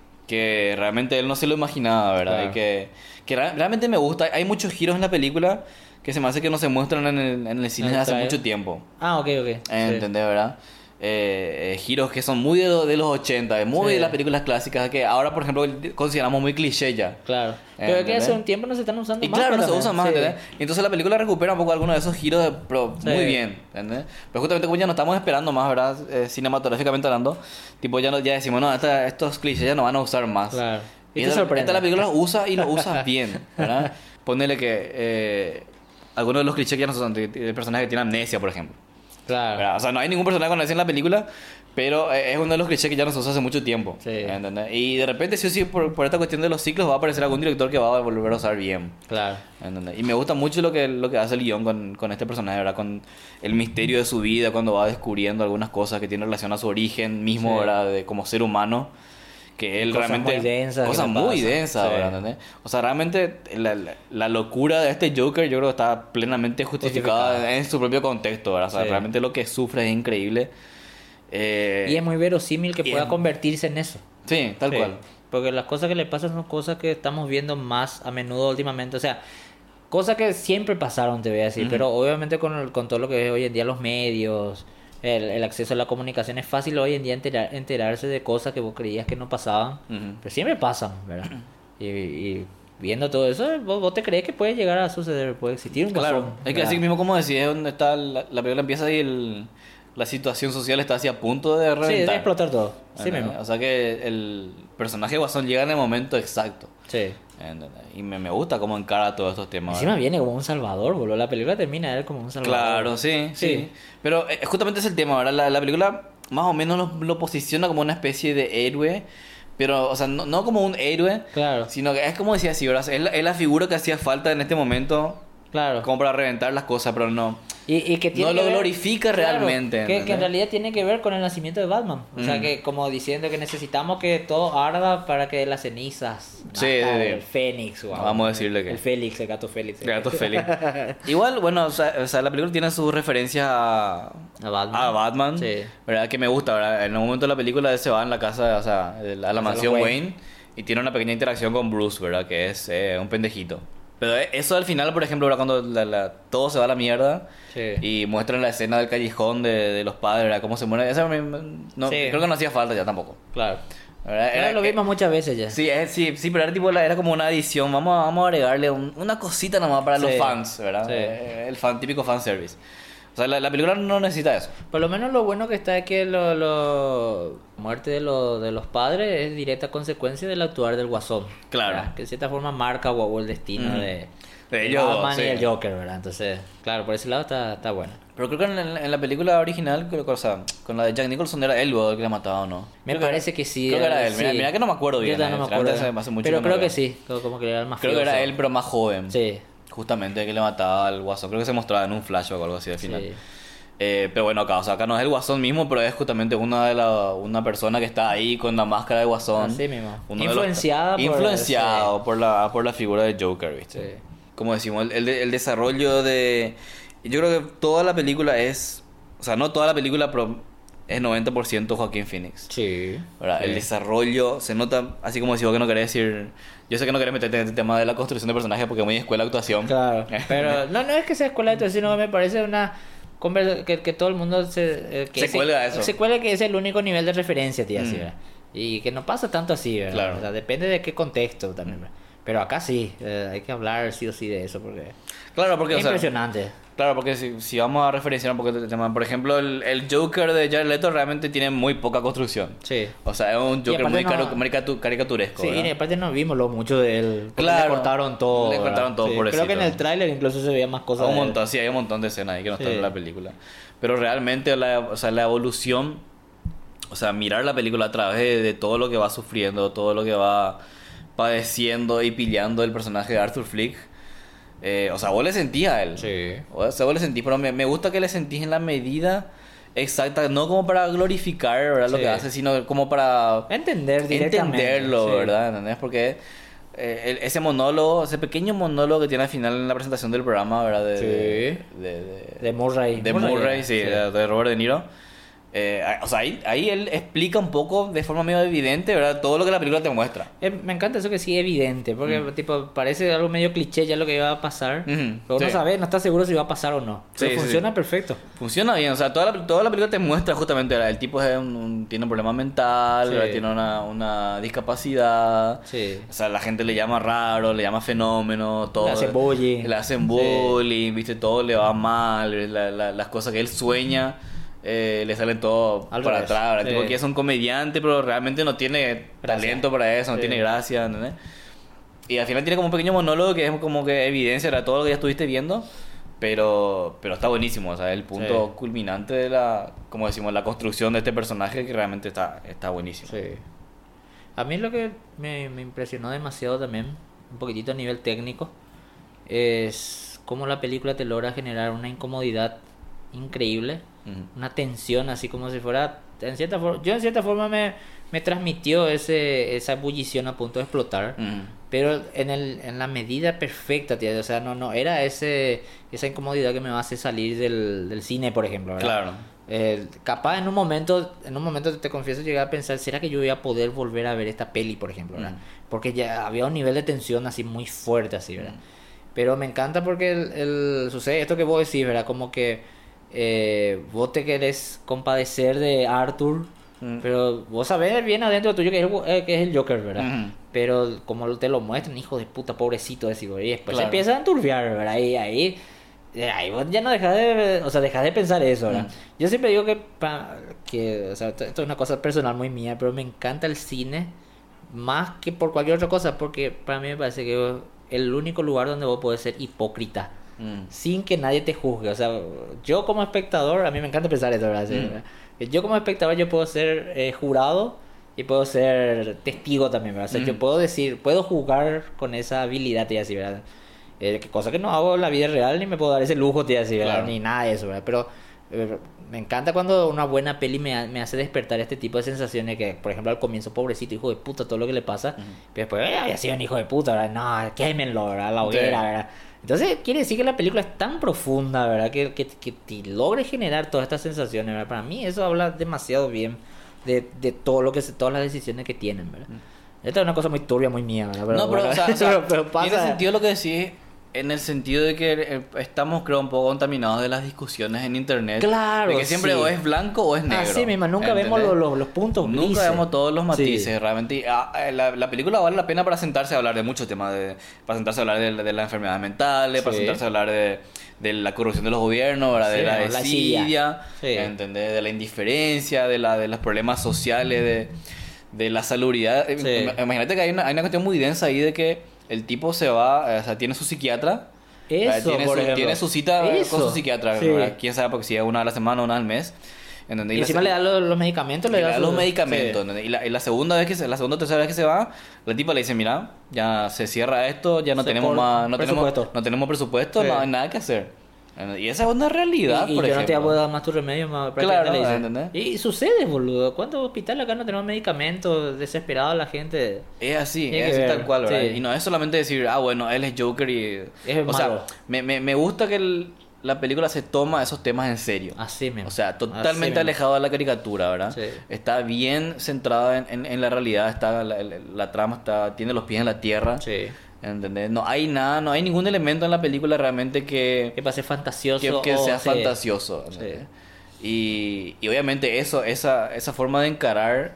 S1: que realmente él no se lo imaginaba, ¿verdad?
S2: Claro.
S1: Y que, que ra- realmente me gusta. Hay muchos giros en la película que se me hace que no se muestran en el, en el cine
S2: En el
S1: desde hace
S2: trailer.
S1: mucho tiempo.
S2: Ah, ok, ok. Sí.
S1: ¿Entendés, verdad? Eh, eh, giros que son muy de, lo- de los ochenta, de muy
S2: Sí.
S1: de las películas clásicas, que ahora, por ejemplo, consideramos muy cliché ya.
S2: Claro. Pero es que
S1: ¿Entendés?
S2: hace un tiempo no se están usando
S1: Y
S2: más.
S1: claro, no se
S2: pero
S1: usa más,
S2: sí.
S1: ¿entendés? Y entonces la película recupera un poco algunos de esos giros de, pero
S2: Sí.
S1: muy bien, ¿entendés? Pero justamente como ya no estamos esperando más, ¿verdad? Eh, cinematográficamente hablando, tipo ya, no, ya decimos, no, esta- estos clichés ya no van a usar más.
S2: Claro.
S1: Y
S2: Y te
S1: esta,
S2: sorprende.
S1: esta la película los usa y los usa bien, ¿verdad? Ponele que eh, algunos de los clichés que ya no son, de, de personajes que tienen amnesia, por ejemplo.
S2: Claro.
S1: ¿Verdad? O sea, no hay ningún personaje con amnesia en la película, pero eh, es uno de los clichés que ya no se usa hace mucho tiempo.
S2: Sí.
S1: ¿Entendés? Y de repente, sí o sí, por, por esta cuestión de los ciclos, va a aparecer algún director que va a volver a usar bien.
S2: Claro.
S1: ¿Entendés? Y me gusta mucho lo que, lo que hace el guión con, con este personaje, ¿verdad? Con el misterio de su vida, cuando va descubriendo algunas cosas que tienen relación a su origen mismo,
S2: Sí.
S1: ¿verdad? De, como ser humano. Que él
S2: Cosas
S1: realmente.
S2: muy densas que
S1: Cosas
S2: le
S1: muy
S2: pasan.
S1: densas,
S2: Sí.
S1: ¿verdad? ¿Entendés? O sea, realmente la, la, la locura de este Joker, yo creo que está plenamente justificada,
S2: Justificada.
S1: en su propio contexto, ¿verdad? O sea,
S2: Sí.
S1: realmente lo que sufre es increíble. Eh,
S2: Y es muy verosímil que
S1: y
S2: pueda
S1: es-
S2: convertirse en eso.
S1: Sí, tal
S2: Sí.
S1: cual.
S2: Porque las cosas que le pasan son cosas que estamos viendo más a menudo últimamente. O sea, cosas que siempre pasaron, te voy a decir.
S1: Ujú.
S2: Pero obviamente con, el- con todo lo que es hoy en día los medios, el, el acceso a la comunicación, es fácil hoy en día enterar- enterarse de cosas que vos creías que no pasaban.
S1: Ujú.
S2: Pero siempre pasan, ¿verdad? Y, y viendo todo eso, vos, vos te crees que puede llegar a suceder, puede existir un
S1: Claro,
S2: bajón,
S1: es que
S2: ¿verdad?
S1: así mismo como decís, es donde está la, la película empieza y el, la situación social está así a punto de
S2: Sí,
S1: reventar.
S2: de explotar todo. Sí,
S1: ¿Entendés?
S2: mismo.
S1: O sea que el personaje de Guasón llega en el momento exacto.
S2: Sí.
S1: ¿Entendés? Y me, me gusta cómo encara todos estos temas.
S2: Encima
S1: ¿verdad?
S2: viene como un salvador, boludo. La película termina él como un salvador.
S1: Claro, sí, sí,
S2: Sí.
S1: Pero eh, justamente es el tema, ¿verdad? La, la película más o menos lo, lo posiciona como una especie de héroe, pero, o sea, no, no como un héroe,
S2: Claro.
S1: sino que es como decía así, ¿verdad? Es la, es la figura que hacía falta en este momento
S2: Claro.
S1: como para reventar las cosas, pero no,
S2: Y, y que tiene
S1: no lo
S2: que ver-
S1: glorifica
S2: claro,
S1: realmente.
S2: que, que
S1: ¿entendés?
S2: en realidad tiene que ver con el nacimiento de Batman. O sea,
S1: Mm.
S2: que como diciendo que necesitamos que todo arda para que de las cenizas
S1: Sí,
S2: nazca
S1: sí, sí.
S2: el Fénix. Wow.
S1: Vamos a decirle que-
S2: El Félix, el gato Félix.
S1: El gato feliz. Igual, bueno, o sea, o sea, la película tiene sus referencias a,
S2: A Batman.
S1: a Batman,
S2: Sí.
S1: ¿verdad? Que me gusta, ¿verdad? En un momento de la película él se va en la casa, o sea, el- a la
S2: Casa de
S1: mansión
S2: los
S1: Wayne.
S2: Wayne.
S1: Y tiene una pequeña interacción con Bruce, ¿verdad? Que es eh, un pendejito. Pero eso al final, por ejemplo, ¿verdad? Cuando la- la- todo se va a la mierda
S2: Sí.
S1: y muestran la escena del callejón de, de los padres, ¿verdad? Cómo se mueren. Esa me- no,
S2: Sí.
S1: creo que no hacía falta ya tampoco.
S2: Claro.
S1: ¿Verdad?
S2: Ya lo vimos muchas veces ya.
S1: Sí, es- sí, sí, pero era tipo la- era como una adición. Vamos a, vamos a agregarle un- una cosita nomás para los
S2: Sí,
S1: fans, ¿verdad?
S2: sí.
S1: Eh, El fan, típico fan service. O sea, la, la película no necesita eso.
S2: Por lo menos lo bueno que está es que lo, lo muerte de, lo- de los padres es directa consecuencia del actuar del Guasón.
S1: Claro.
S2: ¿verdad? Que de cierta forma marca o, o el destino
S1: Ujú.
S2: de,
S1: De ellos dos,
S2: Batman
S1: sí.
S2: y el Joker, ¿verdad? Entonces, claro, por ese lado está, está bueno.
S1: Pero creo que en, en- en la película original, creo que, o sea, con la de Jack Nicholson era él luego el que la mataba, ¿o no?
S2: Me
S1: Creo que
S2: parece
S1: era-
S2: que sí.
S1: Creo que era
S2: eh,
S1: él. Mira,
S2: sí.
S1: mira que no me acuerdo
S2: Yo
S1: bien.
S2: también no
S1: eh,
S2: me acuerdo.
S1: realmente hace mucho
S2: Pero
S1: que no
S2: creo
S1: lo
S2: que
S1: veo.
S2: sí, como, como que era el mafioso.
S1: Creo que era él, pero más joven.
S2: Sí.
S1: Justamente que le mataba al guasón. Creo que se mostraba en un flashback o algo así al final.
S2: Sí.
S1: Eh, pero bueno, acá, o sea, acá no es el guasón mismo, pero es justamente una de la, una persona que está ahí con la máscara de guasón.
S2: Así mismo.
S1: Uno de los-
S2: Influenciada por-
S1: Influenciado por la, por la figura de Joker, ¿viste?
S2: Sí.
S1: Como decimos, el, el, el desarrollo de... Yo creo que toda la película es... O sea, no toda la película, pero es noventa por ciento Joaquín Phoenix.
S2: Sí.
S1: ¿Verdad?
S2: Sí.
S1: El desarrollo se nota, así como decimos que no querés decir... Yo sé que no querés meterte en el tema de la construcción de personajes porque es muy escuela de actuación.
S2: Claro, pero no, no es que sea escuela de actuación, sino que me parece una conversa que, que todo el mundo se, eh, que
S1: Se
S2: ese-
S1: cuelga eso.
S2: Se cuelga que es el único nivel de referencia, tía, así,
S1: Mm.
S2: ¿verdad? Y que no pasa tanto así, ¿verdad?
S1: Claro.
S2: O sea, depende de qué contexto también, ¿verdad? Pero acá sí, eh, hay que hablar sí o sí de eso porque
S1: Claro, porque...
S2: es
S1: o sea,
S2: impresionante.
S1: Claro, porque si, si vamos a referenciar un poco el tema, por ejemplo, el, el Joker de Jared Leto realmente tiene muy poca construcción.
S2: Sí.
S1: O sea, es un Joker
S2: aparte
S1: muy
S2: no-
S1: caro- caricatu- caricaturesco.
S2: Sí,
S1: ¿verdad?
S2: y aparte no vimos lo mucho de él. porque
S1: Claro.
S2: Le cortaron todo.
S1: Le cortaron
S2: ¿verdad?
S1: todo,
S2: Sí,
S1: pobrecito.
S2: creo que en el tráiler incluso se veía más cosas.
S1: Hay un
S2: de él.
S1: montón, sí, hay un montón de escenas ahí que no están
S2: Sí.
S1: en la película. Pero realmente la, o sea, la evolución, o sea, mirar la película a través de, de todo lo que va sufriendo, todo lo que va padeciendo y pillando el personaje de Arthur Flick. Eh, o sea, vos le sentís a él.
S2: Sí.
S1: O sea, vos le sentís, pero me, me gusta que le sentís en la medida exacta, no como para glorificar, ¿verdad? Lo
S2: Sí.
S1: que hace, sino como para
S2: Entender directamente.
S1: entenderlo,
S2: sí.
S1: ¿verdad? ¿Entendés? Porque eh, el- ese monólogo, ese pequeño monólogo que tiene al final en la presentación del programa, ¿verdad? De,
S2: Sí.
S1: de, de, de-
S2: De Murray.
S1: de Murray, sí, de, de Robert De Niro. Eh, o sea, ahí, ahí él explica un poco de forma medio evidente, ¿verdad? Todo lo que la película te muestra.
S2: Eh, me encanta eso que sí es evidente, porque
S1: Mm.
S2: tipo parece algo medio cliché ya lo que iba a pasar,
S1: Ujú,
S2: pero
S1: sí.
S2: no sabes, no estás seguro si va a pasar o no.
S1: Sí,
S2: Pero
S1: sí,
S2: funciona
S1: sí.
S2: perfecto.
S1: Funciona bien, o sea, toda la, toda la película te muestra justamente, ¿verdad? El tipo es un, un- tiene un problema mental,
S2: Sí.
S1: ¿verdad? Tiene una, una discapacidad.
S2: Sí.
S1: O sea, la gente le llama raro, le llama fenómeno, todo.
S2: Le hacen bullying.
S1: Le hacen bullying, viste, todo le va mal, la- la- las cosas que él sueña eh, le salen todo
S2: Al
S1: para
S2: revés.
S1: atrás, ¿verdad?
S2: Sí.
S1: Tipo que es un comediante, pero realmente no tiene
S2: Gracia.
S1: talento para eso, no
S2: Sí.
S1: tiene gracia, ¿entendés? Y al final tiene como un pequeño monólogo que es como que evidencia de todo lo que ya estuviste viendo. Pero, pero está buenísimo, o sea, el punto
S2: Sí.
S1: culminante de la, como decimos, la construcción de este personaje que realmente está, está buenísimo.
S2: Sí. A mí lo que me, me impresionó demasiado también, un poquitito a nivel técnico, es cómo la película te logra generar una incomodidad increíble,
S1: Ujú.
S2: una tensión así como si fuera, en cierta forma, yo en cierta forma me, me transmitió ese, esa ebullición a punto de explotar.
S1: Ujú.
S2: Pero en, el, en la medida perfecta, tía. O sea, no, no era ese esa incomodidad que me va a hacer salir del, del cine, por ejemplo, ¿verdad?
S1: Claro.
S2: Eh, capaz en un momento, en un momento te confieso, llegué a pensar, ¿será que yo voy a poder volver a ver esta peli, por ejemplo, ¿verdad?
S1: Mm.
S2: Porque ya había un nivel de tensión así muy fuerte, así, ¿verdad?
S1: Mm.
S2: Pero me encanta porque el, el- sucede esto que vos decís, ¿verdad? Como que eh, vos te querés compadecer de Arthur,
S1: Mm.
S2: pero vos sabés bien adentro tuyo que es el, eh, que es el Joker, ¿verdad?
S1: Ujú.
S2: Pero como te lo muestran, hijo de puta, pobrecito, decís, y después
S1: Claro.
S2: empieza a enturbiar, ¿verdad? Y ahí, eh, ahí vos ya no dejas de, o sea, dejas de pensar eso, ¿verdad?
S1: Mm.
S2: Yo siempre digo que, pa- que, o sea, esto esto es una cosa personal muy mía, pero me encanta el cine más que por cualquier otra cosa, porque para mí me parece que es el único lugar donde vos podés ser hipócrita
S1: Mm.
S2: sin que nadie te juzgue. O sea, yo como espectador, a mí me encanta pensar esto, ¿verdad? Sí,
S1: Mm.
S2: ¿verdad? Yo como espectador yo puedo ser eh, jurado y puedo ser testigo también, ¿verdad? O sea,
S1: Mm.
S2: yo puedo decir, puedo jugar con esa habilidad y así, ¿verdad? Eh, que cosa que no hago en la vida real, ni me puedo dar ese lujo, tío, así, ¿verdad?
S1: Claro.
S2: Ni nada de eso, ¿verdad? Pero eh, me encanta cuando una buena peli me, ha- me hace despertar este tipo de sensaciones que, por ejemplo, al comienzo, pobrecito, hijo de puta, todo lo que le pasa,
S1: Ujú.
S2: pero después, eh, había sido un hijo de puta, ¿verdad? No, quémenlo, ¿verdad? A la
S1: Sí.
S2: hoguera, ¿verdad? Entonces, quiere decir que la película es tan profunda, ¿verdad? Que, que, que te logre generar todas estas sensaciones, ¿verdad? Para mí eso habla demasiado bien de, de todo lo que se, todas las decisiones que tienen, ¿verdad? Esta es una cosa muy turbia, muy mía, ¿verdad? Pero,
S1: no, pero,
S2: bueno,
S1: o sea, o sea,
S2: pero- pero pasa.
S1: tiene sentido lo que decís, en el sentido de que eh, estamos, creo, un poco contaminados de las discusiones en internet.
S2: Claro,
S1: De que siempre
S2: sí.
S1: o es blanco o es negro.
S2: Así mismo, nunca
S1: ¿entendés?
S2: vemos los, los, los puntos
S1: Nunca
S2: grises.
S1: vemos todos los matices,
S2: Sí.
S1: realmente. Y, ah, eh, la, la película vale la pena para sentarse a hablar de muchos temas, de, para sentarse a hablar de, de las enfermedades mentales, para
S2: Sí.
S1: sentarse a hablar de, de la corrupción de los gobiernos, ¿verdad?
S2: Sí,
S1: de la
S2: la
S1: desidia,
S2: desidia. Sí.
S1: ¿entendés? De la indiferencia, de, la, de los problemas sociales, de, de la salubridad.
S2: Sí.
S1: Im- Imagínate que hay una, hay una cuestión muy densa ahí de que el tipo se va, eh, o sea, tiene su psiquiatra.
S2: Eso,
S1: tiene,
S2: por
S1: su,
S2: ejemplo.
S1: tiene su cita
S2: Eso.
S1: con su psiquiatra,
S2: Sí.
S1: ¿verdad? Quién sabe, porque si es una a la semana o una al mes. ¿Entendés?
S2: Y
S1: la
S2: encima
S1: se-
S2: le da los, los medicamentos, le
S1: le
S2: da
S1: da
S2: su-
S1: los medicamentos.
S2: Sí.
S1: ¿entendés? Y, la, y la segunda vez que se, la segunda o tercera vez que se va, la tipa le dice, mira, ya se cierra esto, ya no
S2: Se
S1: tenemos
S2: por-
S1: más, no tenemos,
S2: presupuesto.
S1: no tenemos presupuesto,
S2: Sí.
S1: no hay nada que hacer. ¿entendés? Y esa es una realidad,
S2: Y, y
S1: por
S2: yo no te
S1: ejemplo.
S2: puedo dar más tu remedio, más
S1: Claro,
S2: prácticamente le dice.
S1: ¿entendés?
S2: Y sucede, boludo. ¿Cuántos hospitales acá no tenemos medicamentos? Desesperado la gente.
S1: Es así,
S2: Tiene
S1: es
S2: que
S1: así
S2: ver,
S1: tal cual, ¿verdad?
S2: sí.
S1: Y no es solamente decir, ah, bueno, él es Joker y...
S2: Es
S1: o
S2: malo.
S1: sea, me, me, me gusta que el- la película se toma esos temas en serio.
S2: Así mismo.
S1: O sea,
S2: Así
S1: totalmente
S2: mismo.
S1: alejado de la caricatura, ¿verdad?
S2: Sí.
S1: Está bien centrada en, en, en la realidad, está la, la- la trama está tiene los pies en la tierra,
S2: Sí.
S1: ¿entendés? No hay nada, no hay ningún elemento en la película realmente que,
S2: Que pase fantasioso.
S1: que, que
S2: o-
S1: sea
S2: sí.
S1: fantasioso, ¿entendés? Y, y obviamente eso, esa, esa forma de encarar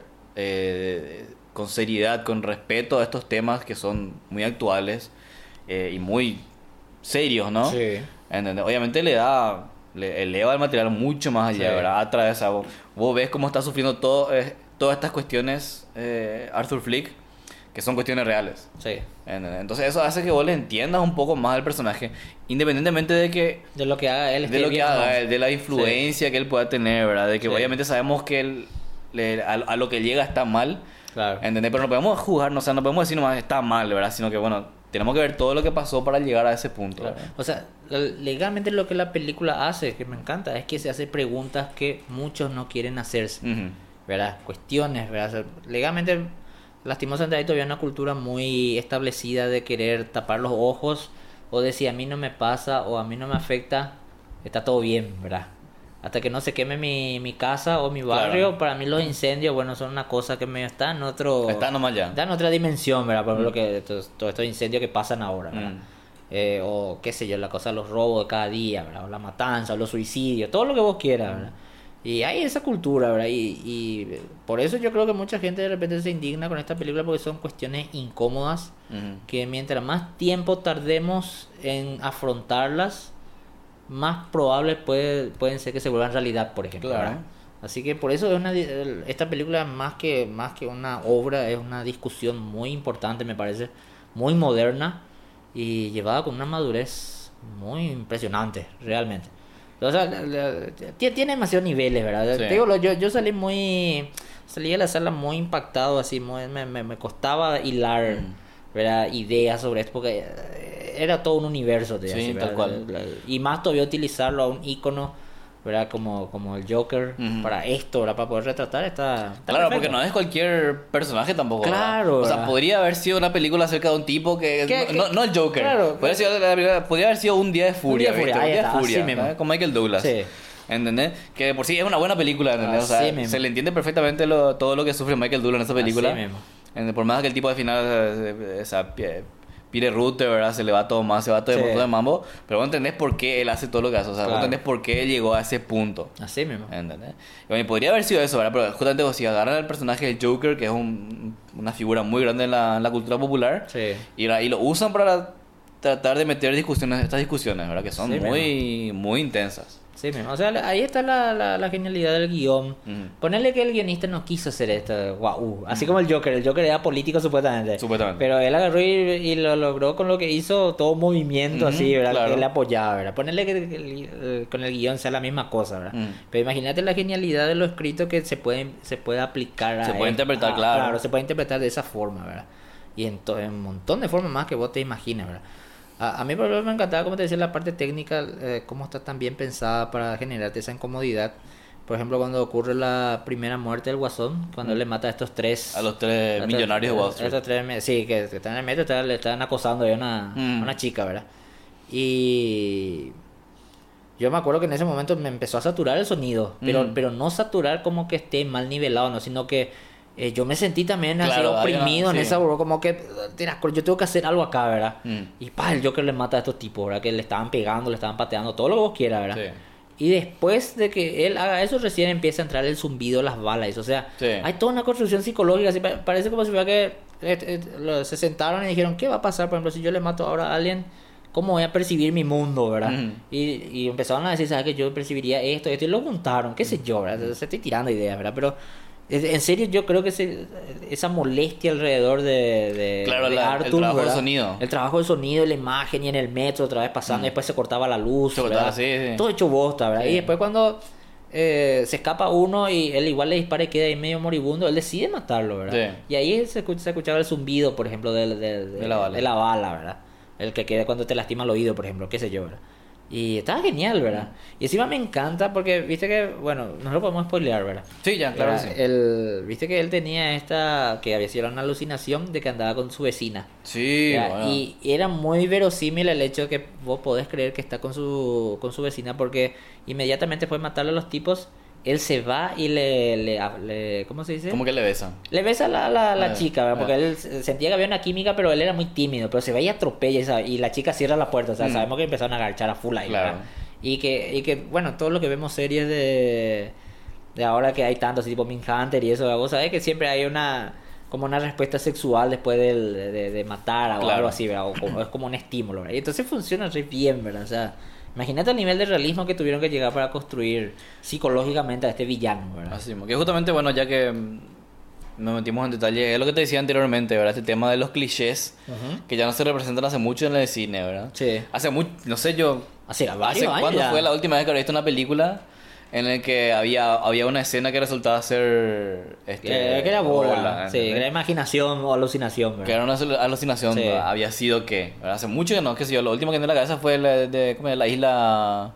S1: eh, con seriedad, con respeto a estos temas que son muy actuales eh, y muy serios, ¿no?
S2: Sí.
S1: ¿Entendés? Obviamente le da, le eleva el material mucho más allá,
S2: Sí.
S1: ¿verdad? Atraviesa, vos, vos ves cómo está sufriendo todo, eh, todas estas cuestiones eh, Arthur Flick, que son cuestiones reales.
S2: Sí.
S1: ¿Entendés? Entonces eso hace que vos le entiendas un poco más al personaje, independientemente de que
S2: De lo que haga él.
S1: de lo que
S2: bien o
S1: haga,
S2: no.
S1: él, de la influencia que él pueda tener, ¿verdad? De que
S2: Sí.
S1: obviamente sabemos que él, le- a, a lo que llega está mal,
S2: Claro.
S1: ¿entendés? Pero no podemos juzgar, no, o sea, no podemos decir nomás está mal, ¿verdad? Sino que, bueno, tenemos que ver todo lo que pasó para llegar a ese punto.
S2: Claro.
S1: ¿verdad?
S2: O sea, legalmente lo que la película hace, que me encanta, es que se hace preguntas que muchos no quieren hacerse,
S1: Ujú.
S2: ¿verdad? Cuestiones, ¿verdad? O sea, legalmente, lastimosamente hay todavía una cultura muy establecida de querer tapar los ojos o de si a mí no me pasa o a mí no me afecta, está todo bien, ¿verdad? Hasta que no se queme mi, mi casa o mi barrio,
S1: Claro.
S2: para mí los incendios, bueno, son una cosa que me está en otro...
S1: Está nomás ya.
S2: Da en otra dimensión, ¿verdad? Por ejemplo,
S1: Mm.
S2: que todos, todos estos incendios que pasan ahora, ¿verdad?
S1: Mm.
S2: Eh, o qué sé yo, la cosa de los robos de cada día, ¿verdad? O la matanza, o los suicidios, todo lo que vos quieras, ¿verdad? Y hay esa cultura, ¿verdad? Y, y por eso yo creo que mucha gente de repente se indigna con esta película porque son cuestiones incómodas
S1: Ujú.
S2: que mientras más tiempo tardemos en afrontarlas, más probables puede, pueden ser que se vuelvan realidad, por ejemplo.
S1: Claro.
S2: ¿verdad? Así que por eso es una di- el- esta película más que más que una obra es una discusión muy importante, me parece, muy moderna y llevada con una madurez muy impresionante, realmente. O sea, la- la- tie- tiene demasiados niveles, ¿verdad?
S1: Sí.
S2: Te digo, lo- yo, yo salí muy salí de la sala muy impactado, así, muy, me, me, me costaba hilar,
S1: Mm.
S2: ¿verdad? Ideas sobre esto porque eh, era todo un universo, te
S1: Sí,
S2: así,
S1: tal
S2: ¿verdad?
S1: cual.
S2: La- la- y más todavía utilizarlo a un icono, ¿verdad? Como, como el Joker
S1: Ujú.
S2: para esto, ¿verdad? Para poder retratar está, está
S1: Claro,
S2: perfecto.
S1: porque no es cualquier personaje tampoco. ¿verdad?
S2: Claro,
S1: O sea,
S2: ¿verdad?
S1: podría haber sido una película acerca de un tipo que.
S2: ¿Qué-
S1: no,
S2: qué?
S1: no el Joker.
S2: Claro.
S1: Podría, haber sido, la película- podría haber sido Un Día de Furia.
S2: Día de Furia,
S1: ¿viste?
S2: ahí
S1: Un Día de
S2: está,
S1: Furia.
S2: así mismo.
S1: ¿verdad? Con Michael Douglas.
S2: Sí.
S1: ¿Entendés? Que de por sí es una buena película, ¿entendés? O sea,
S2: Así mismo.
S1: se le entiende perfectamente lo- todo lo que sufre Michael Douglas en esa película.
S2: Así mismo.
S1: ¿entendés? Por más que el tipo al final, eh, esa, Pi- Peter Rute, ¿verdad? Se le va todo más, se va todo
S2: Sí.
S1: el montón de mambo. Pero vos entendés por qué él hace todo lo que hace. O sea, vos
S2: Claro.
S1: entendés por qué él llegó a ese punto.
S2: Así mismo.
S1: ¿Entendés? Y bueno, y podría haber sido eso, ¿verdad? Pero justamente vos, si agarran al personaje del Joker, que es un- una figura muy grande en la, en la cultura popular,
S2: Sí.
S1: y, la- y lo usan para tratar de meter discusiones, estas discusiones, ¿verdad? Que son
S2: Sí,
S1: muy, muy intensas.
S2: Sí mismo. O sea, ahí está la, la, la genialidad del guión.
S1: Ujú.
S2: Ponerle que el guionista no quiso hacer esto, guau, así como el Joker. El Joker era político supuestamente.
S1: Supuestamente.
S2: Pero él agarró y, y lo logró con lo que hizo todo movimiento
S1: Ujú,
S2: así, ¿verdad?
S1: claro.
S2: Que él apoyaba, ¿verdad? Ponerle que el- el- con el guión sea la misma cosa, ¿verdad?
S1: Mm.
S2: Pero imagínate la genialidad de lo escrito que se puede, se puede aplicar a
S1: Se puede
S2: él.
S1: interpretar,
S2: Ah,
S1: claro.
S2: Claro, se puede interpretar de esa forma, ¿verdad? Y en, to- en un montón de formas más que vos te imaginas, ¿verdad? A, a mí por ejemplo me encantaba, como te decía, la parte técnica, eh, cómo está tan bien pensada para generarte esa incomodidad. Por ejemplo, cuando ocurre la primera muerte del Guasón, cuando él le mata a estos tres...
S1: A los tres
S2: a estos-
S1: millonarios de Wall
S2: a
S1: Street.
S2: estos tres me- sí, que, que están en el metro, están- le están acosando a una,
S1: Mm.
S2: a una chica, ¿verdad? Y... Yo me acuerdo que en ese momento me empezó a saturar el sonido, pero,
S1: Mm.
S2: pero no saturar como que esté mal nivelado, ¿no? Sino que eh, yo me sentí también así
S1: Claro, hay una-
S2: oprimido en
S1: sí.
S2: esa, como que "Tira, yo tengo que hacer algo acá, ¿verdad?"
S1: Mm.
S2: Y pa, el Joker le mata a estos tipos, ¿verdad? Que le estaban pegando, le estaban pateando, todo lo que vos quieras, ¿verdad?
S1: Sí.
S2: Y después de que él haga eso, recién empieza a entrar el zumbido, las balas, eso. O sea,
S1: Sí.
S2: hay toda una construcción psicológica, así, pa- parece como si fuera que eh, eh, lo- se sentaron y dijeron, ¿qué va a pasar? Por ejemplo, si yo le mato ahora a alguien, ¿cómo voy a percibir mi mundo, verdad?
S1: Ujú.
S2: y, y empezaron a decir, ¿sabes qué? Yo percibiría esto, esto, y lo juntaron, qué sé yo, ¿verdad? Se estoy tirando ideas, ¿verdad? Pero eh, en serio yo creo que ese- esa molestia alrededor de, de,
S1: Claro,
S2: de
S1: la- el
S2: Arthur,
S1: trabajo del
S2: ¿verdad?
S1: sonido.
S2: El trabajo del sonido, la imagen y en el metro otra vez pasando, y después se cortaba la luz,
S1: Se cortaba,
S2: ¿verdad?
S1: sí, sí.
S2: Todo hecho bosta, ¿verdad?
S1: Sí.
S2: Y después cuando eh, se escapa uno y él igual le dispara y queda ahí medio moribundo, él decide matarlo, ¿verdad?
S1: Sí.
S2: Y ahí se, escucha- se escuchaba el zumbido, por ejemplo, del- del-
S1: De la bala.
S2: de la bala, ¿verdad? El que queda cuando te lastima el oído, por ejemplo, qué sé yo, ¿verdad? Y estaba genial, ¿verdad? Y encima me encanta porque, viste que, bueno, no lo podemos spoilear, ¿verdad?
S1: Sí, ya, claro que
S2: Era
S1: sí.
S2: el, viste que él tenía esta, que había sido una alucinación de que andaba con su vecina.
S1: Sí,
S2: Ya,
S1: bueno.
S2: y, y era muy verosímil el hecho de que vos podés creer que está con su, con su vecina porque inmediatamente después de matarle a los tipos, él se va y le, le, le- ¿cómo se dice?
S1: ¿Cómo que le besan?
S2: Le besa a la, la, la
S1: Ah,
S2: chica, ¿verdad? Porque
S1: ah.
S2: él s- sentía que había una química, pero él era muy tímido, pero se va y atropella y, sabe- y la chica cierra la puerta, o sea,
S1: Mm.
S2: sabemos que empezaron a agachar a full ahí,
S1: Claro.
S2: ¿verdad? Y que, y que, bueno, todo lo que vemos series de, de ahora que hay tantos, tipo Mindhunter y eso, vos sabés que siempre hay una, como una respuesta sexual después del- de, de, de matar o
S1: Claro.
S2: algo así, ¿verdad? O como, es como un estímulo, ¿verdad? Y entonces funciona re bien, ¿verdad? O sea, imagínate el nivel de realismo que tuvieron que llegar para construir psicológicamente a este villano, ¿verdad?
S1: Así mismo. Que justamente, bueno, ya que mm, nos metimos en detalle, es lo que te decía anteriormente, ¿verdad? Este tema de los clichés
S2: Ujú.
S1: que ya no se representan hace mucho en el cine, ¿verdad?
S2: Sí.
S1: Hace mucho, no sé yo,
S2: Hace varios
S1: ¿hace
S2: años
S1: cuándo
S2: ya.
S1: fue la última vez que había visto una película en la que había, había una escena que resultaba ser... Este,
S2: Que, que era bola, sí,
S1: ¿entendés?
S2: que era imaginación o alucinación,
S1: Que
S2: ¿verdad?
S1: era una alu- alucinación,
S2: Sí.
S1: ¿verdad? Había sido que, ¿verdad? Hace mucho que no, qué sé yo, lo último que tenía en la cabeza fue la de, ¿cómo es? La isla,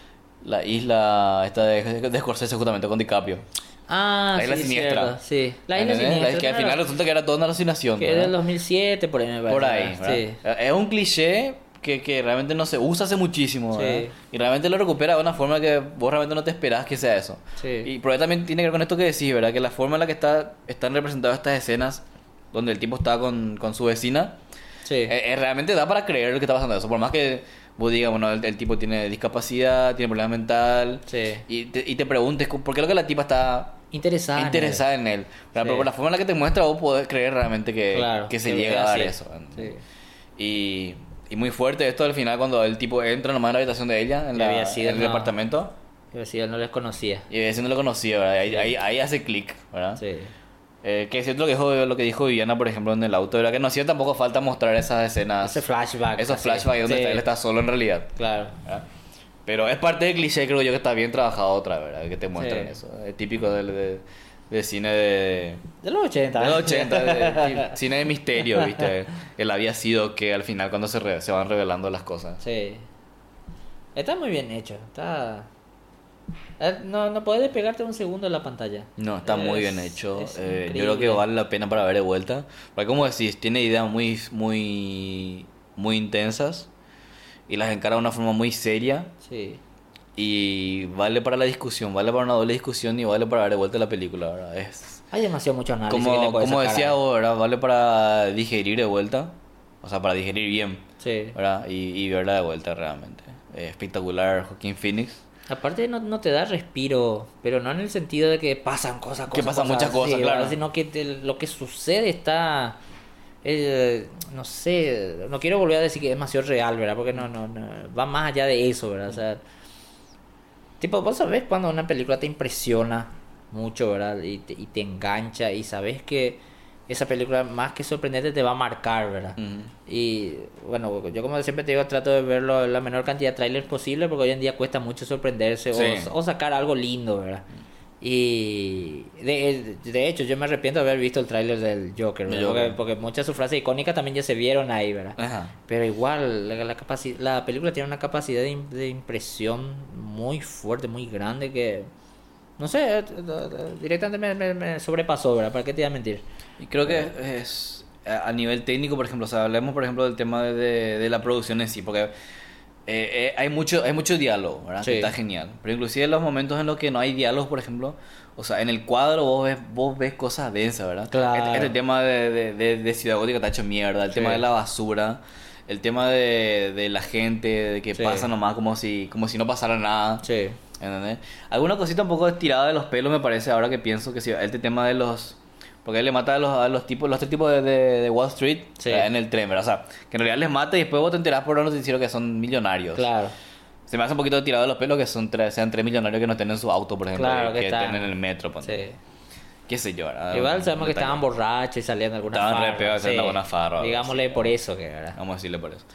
S1: la isla esta de, de Scorsese justamente con DiCaprio.
S2: Ah,
S1: La isla
S2: sí,
S1: siniestra.
S2: cierto, sí. La isla
S1: ¿Entendés?
S2: siniestra.
S1: La- que al final
S2: claro,
S1: resulta que era toda una alucinación.
S2: que es
S1: ¿verdad?
S2: del dos mil siete, por ahí me parece.
S1: Por ahí,
S2: ¿verdad?
S1: ¿verdad?
S2: Sí.
S1: Es un cliché que, que realmente no se usa hace muchísimo,
S2: Sí.
S1: ¿verdad? Y realmente lo recupera de una forma que vos realmente no te esperás que sea eso.
S2: Sí.
S1: Y por ahí también tiene que ver con esto que decís, ¿verdad? Que la forma en la que está, están representadas estas escenas donde el tipo está con, con su vecina,
S2: Sí.
S1: eh, eh, realmente da para creer lo que está pasando eso. Por más que vos digas, bueno, el, el tipo tiene discapacidad, tiene problema mental,
S2: Sí.
S1: y, te, y te preguntes, ¿por qué lo que la tipa está
S2: Interesada. en
S1: interesada en él? ¿verdad?
S2: Sí.
S1: Pero por la forma en la que te muestra, vos podés creer realmente que,
S2: Claro,
S1: que se
S2: que
S1: llega
S2: es
S1: a dar
S2: así.
S1: eso.
S2: Sí.
S1: Y, y muy fuerte esto al final cuando el tipo entra nomás en la habitación de ella, en,
S2: Y
S1: la-
S2: había sido
S1: en el
S2: una-
S1: departamento,
S2: Yo sí, él no les conocía.
S1: y ese no lo conocía, ¿verdad? Ahí,
S2: Sí.
S1: ahí, ahí hace clic, ¿verdad?
S2: Sí.
S1: Eh, que es cierto lo que, dijo, lo que dijo Viviana, por ejemplo, en el auto, ¿verdad? Que no hacía tampoco falta mostrar esas escenas,
S2: Ese flashback.
S1: esos
S2: así.
S1: flashbacks donde
S2: Sí,
S1: está- él está solo en realidad.
S2: Claro.
S1: ¿verdad? Pero es parte del cliché, creo yo, que está bien trabajado otra, ¿verdad? Que te muestran
S2: Sí.
S1: eso. Es típico del de, de cine de...
S2: De los ochenta.
S1: De los ochenta, de, de- cine de misterio, ¿viste? Él había sido que al final cuando se, re- se van revelando las cosas.
S2: Sí. Está muy bien hecho. Está. Eh, No, no puedes despegarte un segundo de la pantalla.
S1: No, está muy
S2: Es-
S1: bien hecho.
S2: es
S1: Eh, yo
S2: increíble.
S1: creo que vale la pena para ver de vuelta. Porque como decís, tiene ideas muy, muy, muy intensas y las encara de una forma muy seria.
S2: Sí.
S1: Y vale para la discusión, vale para una doble discusión y vale para ver de vuelta la película, ¿verdad? Es
S2: Hay demasiado mucho análisis que le
S1: como,
S2: puedes
S1: como
S2: sacar
S1: decía
S2: ahí.
S1: vos, ¿verdad? Vale para digerir de vuelta, o sea, para digerir bien,
S2: Sí.
S1: ¿verdad? Y, y verla de vuelta realmente. Eh, espectacular, Joaquín Phoenix.
S2: Aparte no, no te da respiro, pero no en el sentido de que pasan cosas, cosas
S1: Que pasan muchas
S2: así,
S1: cosas, claro.
S2: ¿verdad? Sino que te- lo que sucede está, eh, no sé, no quiero volver a decir que es demasiado real, ¿verdad? Porque no, no, no, va más allá de eso, ¿verdad? O sea, tipo, vos sabés cuando una película te impresiona mucho, ¿verdad? Y te, y te engancha y sabes que esa película más que sorprendente te va a marcar, ¿verdad?
S1: Ujú.
S2: Y bueno, yo como siempre te digo, trato de verlo la menor cantidad de trailers posible porque hoy en día cuesta mucho sorprenderse
S1: Sí.
S2: o, o sacar algo lindo, ¿verdad? Y de, de hecho yo me arrepiento de haber visto el tráiler del Joker, ¿verdad?
S1: El Joker.
S2: Porque, porque muchas de sus frases icónicas también ya se vieron ahí, ¿verdad?
S1: Ajá.
S2: Pero igual la, la, capaci- la película tiene una capacidad de, im- de impresión muy fuerte, muy grande que... No sé, eh, eh, directamente me, me, me sobrepasó, ¿verdad? ¿Para qué te iba a mentir?
S1: Y creo que es a a nivel técnico, por ejemplo, o sea, hablemos por ejemplo del tema de, de, de la producción en sí, porque eh, eh, hay mucho hay mucho diálogo, ¿verdad?
S2: Sí.
S1: Que está genial. Pero inclusive en los momentos en los que no hay diálogos, por ejemplo, o sea, en el cuadro vos ves, vos ves cosas densas, ¿verdad?
S2: Claro.
S1: Este, este tema de, de, de, de Ciudad Gótica está hecho mierda, el
S2: Sí.
S1: tema de la basura, el tema de, de la gente, de que
S2: Sí.
S1: pasa nomás como si, como si no pasara nada.
S2: Sí.
S1: ¿Entendés? Alguna cosita un poco estirada de los pelos me parece ahora que pienso que sí, este tema de los... Porque él le mata a los, a los tipos, los tres tipos de, de, de Wall Street
S2: Sí.
S1: eh, en el tren, ¿verdad? O sea, que en realidad les mata y después vos te enterás por un noticiero que son millonarios.
S2: Claro.
S1: Se me hace un poquito tirado de los pelos que son tres, sean tres millonarios que no estén en su auto, por ejemplo,
S2: Claro,
S1: y
S2: que
S1: que
S2: están-
S1: estén en el metro, ponte.
S2: Sí.
S1: Qué sé yo, ¿verdad?
S2: Igual sabemos que
S1: Detalle.
S2: estaban borrachos y salían de alguna
S1: Estaban re
S2: farra.
S1: pegados haciendo alguna farra, algo
S2: Digámosle
S1: así,
S2: por
S1: ¿verdad?
S2: eso que, ¿verdad?
S1: Vamos a decirle por eso.
S2: Sí.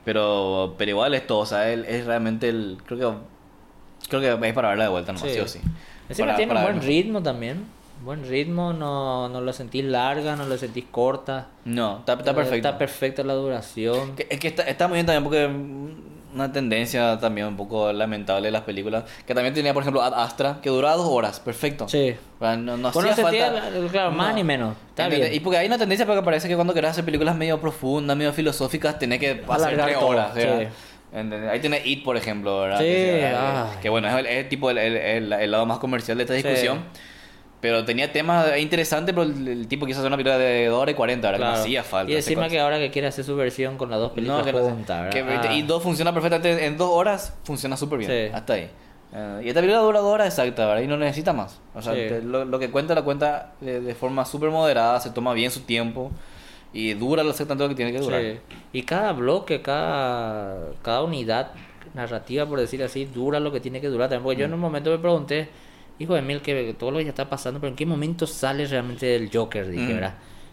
S1: Pero, pero igual es todo, o sea, él es realmente el... Creo que, creo que es para verla de vuelta nomás,
S2: Sí.
S1: sí o sí.
S2: Encima
S1: Para-
S2: tiene
S1: para
S2: un buen
S1: verlo.
S2: ritmo también. Buen ritmo, no, no lo sentís larga, no lo sentís corta.
S1: No, está, está perfecto.
S2: Está perfecta la duración.
S1: Que- Es que está, está muy bien también porque mm, una tendencia también un poco lamentable de las películas. Que también tenía, por ejemplo, Ad Astra, que duraba dos horas, perfecto.
S2: Sí.
S1: O sea, No, no
S2: Bueno,
S1: hacía
S2: sentía,
S1: falta...
S2: claro, más
S1: no.
S2: ni menos. Está
S1: ¿Entendés?
S2: bien.
S1: Y porque hay una tendencia porque parece que cuando querés hacer películas medio profundas, medio filosóficas, tenés que hacer
S2: Alargar
S1: tres
S2: todo,
S1: horas. ¿verdad?
S2: sí.
S1: ¿Entendés? Ahí tenés It, por ejemplo, ¿verdad?
S2: Sí,
S1: que, se-
S2: ay.
S1: que bueno, es, el, es tipo el, el, el- el lado más comercial de esta
S2: Sí.
S1: discusión. Pero tenía temas interesantes, pero el, el tipo quiso hacer una película de dos horas y cuarenta, ¿verdad? Que
S2: Claro.
S1: no hacía falta.
S2: Y
S1: ese
S2: encima
S1: concepto.
S2: que ahora que quiere hacer su versión con las dos películas
S1: No, que no sé.
S2: juntas,
S1: Que-
S2: ¿verdad?
S1: Y
S2: Ah.
S1: dos funciona perfectamente. En dos horas funciona súper bien.
S2: Sí.
S1: Hasta ahí. Eh, y esta película dura dos horas exacta, ¿verdad? Y no necesita más. O sea,
S2: Sí.
S1: te- lo, lo que cuenta la cuenta de, de forma súper moderada, se toma bien su tiempo y dura lo exactamente lo que tiene que durar.
S2: Sí. Y cada bloque, cada, cada unidad narrativa, por decir así, dura lo que tiene que durar también. Porque yo en un momento me pregunté, hijo de mil, que todo lo que ya está pasando, pero ¿en qué momento sale realmente el Joker? Dije,
S1: Mm.
S2: ¿verdad?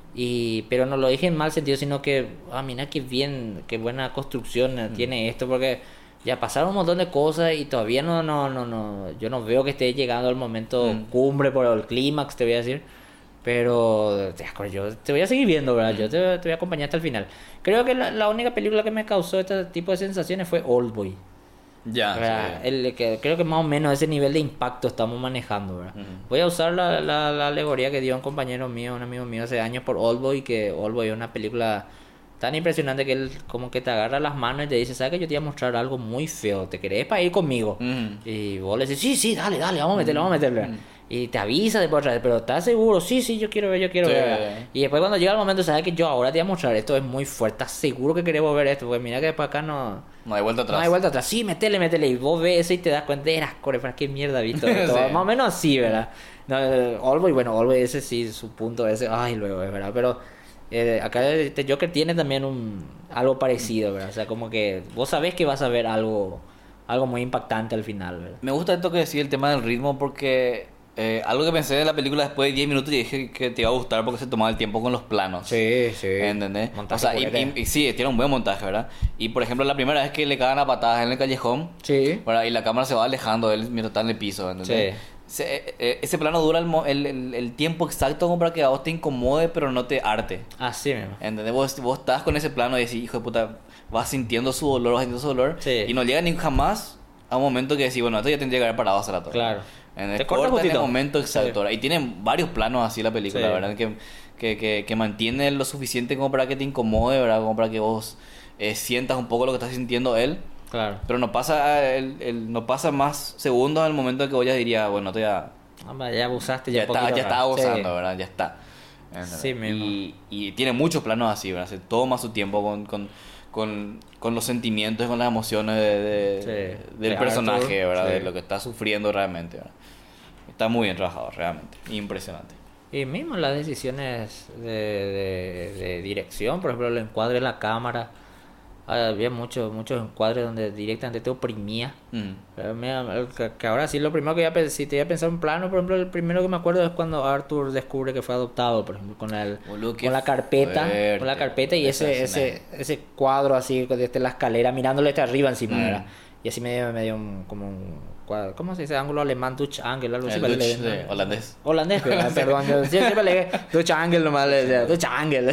S2: Y, pero no lo dije en mal sentido, sino que, ah, mira qué bien, qué buena construcción eh, tiene esto, porque ya pasaron un montón de cosas y todavía no, no, no, no, yo no veo que esté llegando al momento
S1: Mm.
S2: cumbre por el clímax, te voy a decir. Pero te acuerdas, yo te voy a seguir viendo, ¿verdad? Yo te, te voy a acompañar hasta el final. Creo que la, la única película que me causó este tipo de sensaciones fue Oldboy.
S1: Ya,
S2: ¿Verdad?
S1: sí.
S2: El, que, creo que más o menos ese nivel de impacto estamos manejando, ¿verdad?
S1: Ujú.
S2: Voy a usar la, la, la alegoría que dio un compañero mío, un amigo mío hace años por Oldboy, que Oldboy es una película tan impresionante que él como que te agarra las manos y te dice, ¿sabes que yo te voy a mostrar algo muy feo? ¿Te querés para ir conmigo?
S1: Ujú.
S2: Y vos le decís, sí, sí, dale, dale, vamos a meterlo, vamos a meterlo. Y te avisa después otra vez, pero ¿estás seguro? Sí, sí, yo quiero ver, yo quiero
S1: Sí.
S2: ver. Y después cuando llega el momento, sabes que yo ahora te voy a mostrar, esto es muy fuerte, ¿estás seguro que queremos ver esto? Porque mira que para acá no...
S1: No hay vuelta atrás.
S2: No hay vuelta atrás. Sí, metele, metele. Y vos ves eso y te das cuenta, eras core, ¿para qué mierda visto esto?
S1: Sí.
S2: Más o menos así, ¿verdad? No, eh, Oldboy, bueno, Oldboy ese sí, su punto ese, ay, luego es verdad, pero eh, acá este Joker tiene también un algo parecido, ¿verdad? O sea, como que vos sabés que vas a ver algo algo muy impactante al final, ¿verdad?
S1: Me gusta esto que decía el tema del ritmo porque eh, algo que pensé de la película después de diez minutos y dije que te iba a gustar porque se tomaba el tiempo con los planos.
S2: Sí, sí.
S1: ¿Entendés?
S2: Montaje
S1: O sea, y,
S2: culero.
S1: y- y sí, tiene un buen montaje, ¿verdad? Y por ejemplo, la primera vez que le cagan a patadas en el callejón,
S2: Sí.
S1: ¿verdad? Y la cámara se va alejando de él mientras está en el piso, ¿entendés?
S2: Sí.
S1: Se- eh, ese plano dura el, mo- el, el- el tiempo exacto como para que a vos te incomode, pero no te arte.
S2: Así mismo.
S1: ¿Entendés? Vos, vos estás con ese plano y decís, hijo de puta, vas sintiendo su dolor, vas sintiendo su dolor.
S2: Sí.
S1: Y no llega ni jamás a un momento que decís, bueno, esto ya tendría que haber parado hace rato.
S2: Claro.
S1: ¿Entendés?
S2: Te corta
S1: Corta en el
S2: justito.
S1: momento exacto.
S2: Sí.
S1: ¿verdad? Y tiene varios planos así la película,
S2: Sí.
S1: ¿verdad? Que, que, que, que mantiene lo suficiente como para que te incomode, ¿verdad? Como para que vos eh, sientas un poco lo que está sintiendo él.
S2: Claro.
S1: Pero no pasa, el, el- no pasa más segundos al momento en que vos ya dirías, bueno, esto ya,
S2: Ah, ya abusaste ya,
S1: ya,
S2: un
S1: está,
S2: poquito
S1: ya está
S2: acá.
S1: gozando,
S2: Sí.
S1: ¿verdad? Ya está. ¿Entendés?
S2: Sí mismo.
S1: Y, y tiene muchos planos así, ¿verdad? Se toma su tiempo con, con, con, con los sentimientos, con las emociones de, de-
S2: Sí.
S1: del
S2: De
S1: personaje,
S2: Arthur,
S1: ¿verdad?
S2: sí.
S1: De lo que está sufriendo realmente, ¿verdad? Está muy bien trabajado, realmente. Impresionante.
S2: Y mismo las decisiones de, de, de dirección, por ejemplo, el encuadre de la cámara. Ah, había muchos muchos encuadres donde directamente te oprimía.
S1: Mm.
S2: Pero mira, el que, que ahora sí, lo primero que voy a pensar, si te iba a pensar un plano, por ejemplo, el primero que me acuerdo es cuando Arthur descubre que fue adoptado, por ejemplo, con el
S1: Boludo, qué
S2: con la carpeta,
S1: fuerte.
S2: con la carpeta y
S1: Esa
S2: ese
S1: escena.
S2: ese ese cuadro así desde la escalera mirándole desde arriba encima,
S1: Mm.
S2: ¿verdad? y así medio, medio un, como un, cuadro- ¿cómo se dice? Ángulo alemán, Dutch angle, algo así.
S1: El
S2: pero
S1: Dutch,
S2: le-
S1: sí, holandés.
S2: Holandés, pero, perdón, yo siempre le dije Dutch angle nomás, le decía, Dutch angle.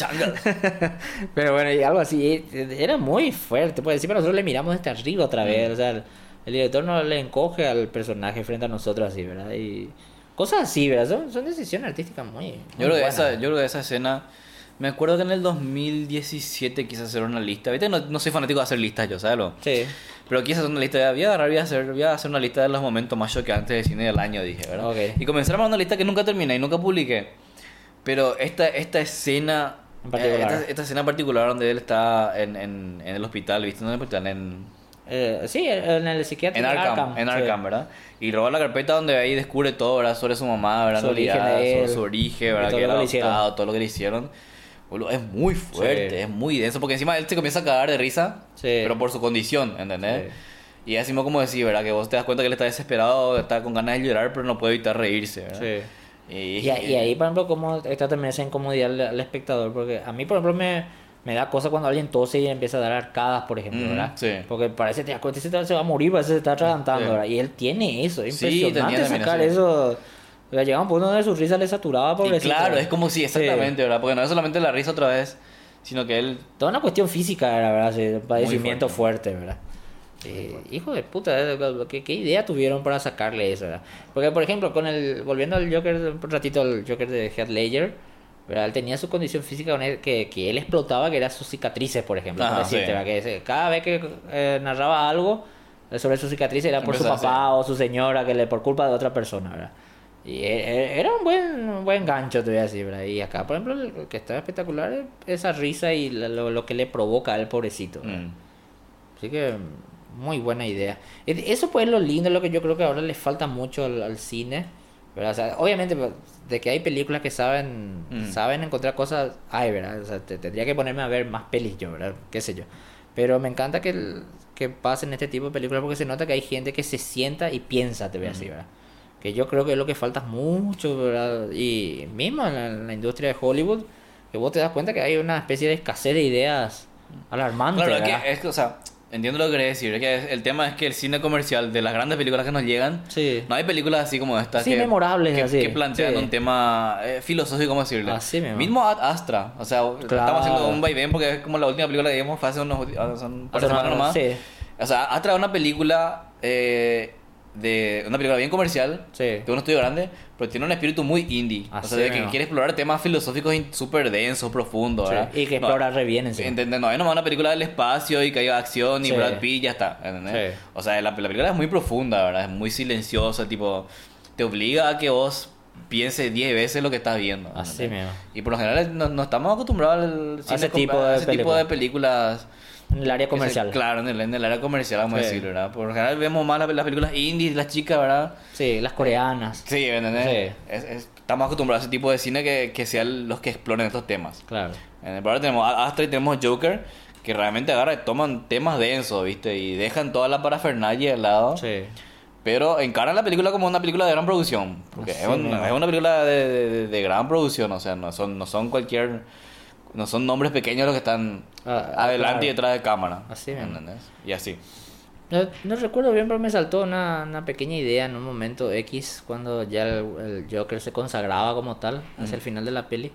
S2: Pero bueno, y algo así, era muy fuerte, pues encima nosotros le miramos desde arriba otra vez, o sea, el, el director no le encoge al personaje frente a nosotros así, ¿verdad? Y cosas así, ¿verdad? Son, son decisiones artísticas muy, muy
S1: Yo creo, que
S2: buenas.
S1: esa, yo creo que esa escena... Me acuerdo que en el dos mil diecisiete quise hacer una lista. ¿Viste? No, no soy fanático de hacer listas yo, ¿sabes?
S2: Sí,
S1: Pero quise hacer una lista. Voy a agarrar, voy a hacer, voy a hacer una lista de los momentos más chocantes del cine del año, dije, ¿verdad?
S2: Ok.
S1: Y comencé a armar una lista que nunca terminé y nunca publiqué. Pero esta, esta escena...
S2: En particular.
S1: eh, Esta, esta escena en particular donde él está en, en, en el hospital, ¿viste? No en el hospital, en...
S2: eh, sí, en el psiquiátrico.
S1: En Arkham, en
S2: sí.
S1: Arkham, ¿verdad? Y roba la carpeta donde ahí descubre todo, ¿verdad? Sobre su mamá, ¿verdad?
S2: Su
S1: En
S2: origen
S1: realidad,
S2: de
S1: sobre
S2: él,
S1: su origen,
S2: y
S1: ¿verdad?
S2: todo
S1: Que
S2: lo
S1: era
S2: que le hicieron.
S1: adoptado, todo lo que le hicieron. Boludo, es muy fuerte,
S2: Sí.
S1: es muy denso, porque encima él se comienza a cagar de risa,
S2: Sí.
S1: pero por su condición, ¿entendés?
S2: Sí.
S1: Y así mismo como decir, ¿verdad? Que vos te das cuenta que él está desesperado, está con ganas de llorar, pero no puede evitar reírse, ¿verdad?
S2: Sí.
S1: Y,
S2: Y, a- y ahí, por ejemplo, cómo está también esa incomodidad al, al espectador, porque a mí, por ejemplo, me, me da cosa cuando alguien tose y empieza a dar arcadas, por ejemplo,
S1: Ujú,
S2: ¿verdad?
S1: sí.
S2: Porque parece que te das cuenta, ese se va a morir, parece que se está atragantando,
S1: Sí.
S2: ¿verdad? Y él tiene eso, es
S1: Sí,
S2: impresionante
S1: tenía también
S2: sacar
S1: eso.
S2: eso. O sea, llegaba un punto donde su risa le saturaba,
S1: Y
S2: pobrecito.
S1: claro,
S2: ¿verdad?
S1: es como si, exactamente, ¿verdad? Porque no es solamente la risa otra vez, sino que él...
S2: Toda una cuestión física, era, ¿verdad? Sí, un padecimiento
S1: fuerte.
S2: fuerte, ¿verdad? Eh, hijo de puta, eh, ¿qué, qué idea tuvieron para sacarle eso, ¿verdad? Porque, por ejemplo, con el volviendo al Joker, un ratito al Joker de Heath Ledger, ¿verdad? Él tenía su condición física con él, que, que él explotaba, que eran sus cicatrices, por ejemplo.
S1: Ajá,
S2: por decirte,
S1: sí.
S2: ¿verdad? Que se- cada vez que eh, narraba algo eh, sobre su cicatriz era por su
S1: Empezaba a
S2: papá o su señora, que le por culpa de otra persona, ¿verdad? Y e- e- era un buen, un buen gancho, te voy a decir, ¿verdad? Y acá, por ejemplo, el que está espectacular es esa risa y lo, lo- lo que le provoca al pobrecito, ¿verdad?
S1: Mm.
S2: Así que muy buena idea. Es- Eso pues es lo lindo, lo que yo creo que ahora le falta mucho al, al cine, ¿verdad? O sea, obviamente pues, de que hay películas que saben
S1: Mm.
S2: saben encontrar cosas, hay, ¿verdad? O sea, te- tendría que ponerme a ver más pelis yo, ¿verdad? Qué sé yo. Pero me encanta que, el- que pasen este tipo de películas porque se nota que hay gente que se sienta y piensa, te voy a decir, ¿verdad? Que yo creo que es lo que falta mucho, ¿verdad? Y mismo en la, en la industria de Hollywood, que vos te das cuenta que hay una especie de escasez de ideas alarmante,
S1: Claro, es
S2: ¿verdad?
S1: que, es que, o sea, entiendo lo que querés decir. Es que es- el tema es que el cine comercial de las grandes películas que nos llegan,
S2: Sí.
S1: no hay películas así como estas
S2: Sí,
S1: que,
S2: memorables,
S1: que,
S2: así.
S1: que plantean
S2: Sí.
S1: un tema eh, filosófico, ¿cómo decirlo?
S2: Así mismo.
S1: Mismo Ad Astra, o sea,
S2: Claro.
S1: estamos haciendo un vaivén porque es como la última película que vimos fue hace unos hace un par de
S2: Hace una-
S1: semanas nomás.
S2: sí.
S1: O sea, Astra es una película eh, de una película bien comercial,
S2: Sí.
S1: de un estudio grande, pero tiene un espíritu muy indie.
S2: Así
S1: o sea, de que
S2: mismo.
S1: quiere explorar temas filosóficos in- súper densos, profundos,
S2: Sí,
S1: ¿verdad?
S2: y que
S1: No,
S2: explora re bien encima.
S1: ¿entendés? No es nomás una película del espacio y que haya acción y
S2: Sí.
S1: Brad Pitt y ya está, ¿entendés?
S2: Sí.
S1: O sea, la, la película es muy profunda, ¿verdad? Es muy silenciosa, tipo, te obliga a que vos pienses diez veces lo que estás viendo.
S2: Así
S1: ¿entendés?
S2: mismo.
S1: Y por lo general no, no estamos acostumbrados al cine
S2: ese
S1: com-
S2: tipo
S1: a
S2: de
S1: ese tipo
S2: películas.
S1: de películas.
S2: En el área
S1: que se-
S2: comercial.
S1: claro, en el, en el área comercial, vamos a
S2: Sí.
S1: decirlo, ¿verdad? Por lo general vemos más las, las películas indies, las chicas, ¿verdad?
S2: Sí, las coreanas.
S1: Sí, ¿entendés?
S2: Sí.
S1: Es- es- estamos acostumbrados a ese tipo de cine que, que sean los que exploren estos temas.
S2: Claro.
S1: En el programa tenemos a- Astra y tenemos Joker, que realmente agarran y toman temas densos, ¿viste? Y dejan toda la parafernalia al lado.
S2: Sí.
S1: Pero encaran la película como una película de gran producción. Porque
S2: Así
S1: es, un-
S2: mismo.
S1: es una película de, de- de- de gran producción, o sea, no son, no son cualquier... No son nombres pequeños los que están
S2: Ah,
S1: adelante y
S2: claro.
S1: detrás de cámara.
S2: Así mismo.
S1: ¿Entendés? Y así.
S2: No, no recuerdo bien, pero me saltó una, una pequeña idea en un momento X, cuando ya el, el Joker se consagraba como tal, hacia el final de la peli.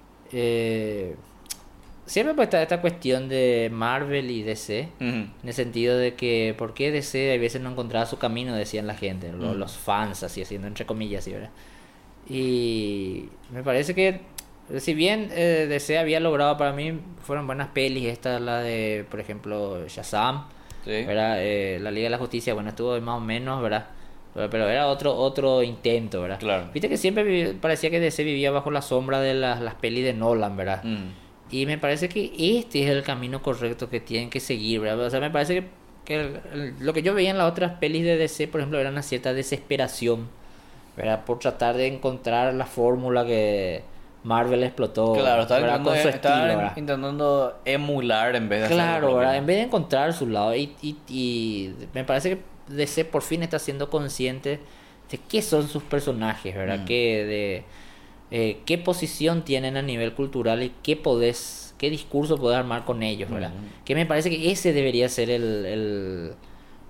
S2: Eh, siempre pues está esta cuestión de Marvel y D C,
S1: Ujú.
S2: en el sentido de que, ¿por qué D C a veces no encontraba su camino? Decían la gente, lo-
S1: Mm.
S2: los fans, así haciendo entre comillas, ¿sí, verdad? Y me parece que, si bien eh, D C había logrado, para mí fueron buenas pelis, esta la de, por ejemplo, Shazam,
S1: Sí.
S2: ¿verdad? Eh, la Liga de la Justicia, bueno, estuvo más o menos, ¿verdad? Pero, pero era otro otro intento, ¿verdad?
S1: Claro.
S2: Viste que siempre vivi- parecía que D C vivía bajo la sombra de las, las pelis de Nolan, ¿verdad?
S1: Mm.
S2: Y me parece que este es el camino correcto que tienen que seguir, ¿verdad? O sea, me parece que, que el- el- lo que yo veía en las otras pelis de D C, por ejemplo, era una cierta desesperación, ¿verdad? Por tratar de encontrar la fórmula que Marvel explotó,
S1: Claro, estaba
S2: ¿verdad?
S1: intentando,
S2: Con su
S1: estaba
S2: estilo, ¿verdad?
S1: intentando emular en vez de hacer lo
S2: Claro,
S1: propio.
S2: ¿verdad? En vez de encontrar su lado. Y, y, y me parece que D C por fin está siendo consciente de qué son sus personajes, ¿verdad?
S1: Mm.
S2: Que de eh, qué posición tienen a nivel cultural y qué podés, qué discurso podés armar con ellos, ¿verdad?
S1: Mm.
S2: Que me parece que ese debería ser el, el,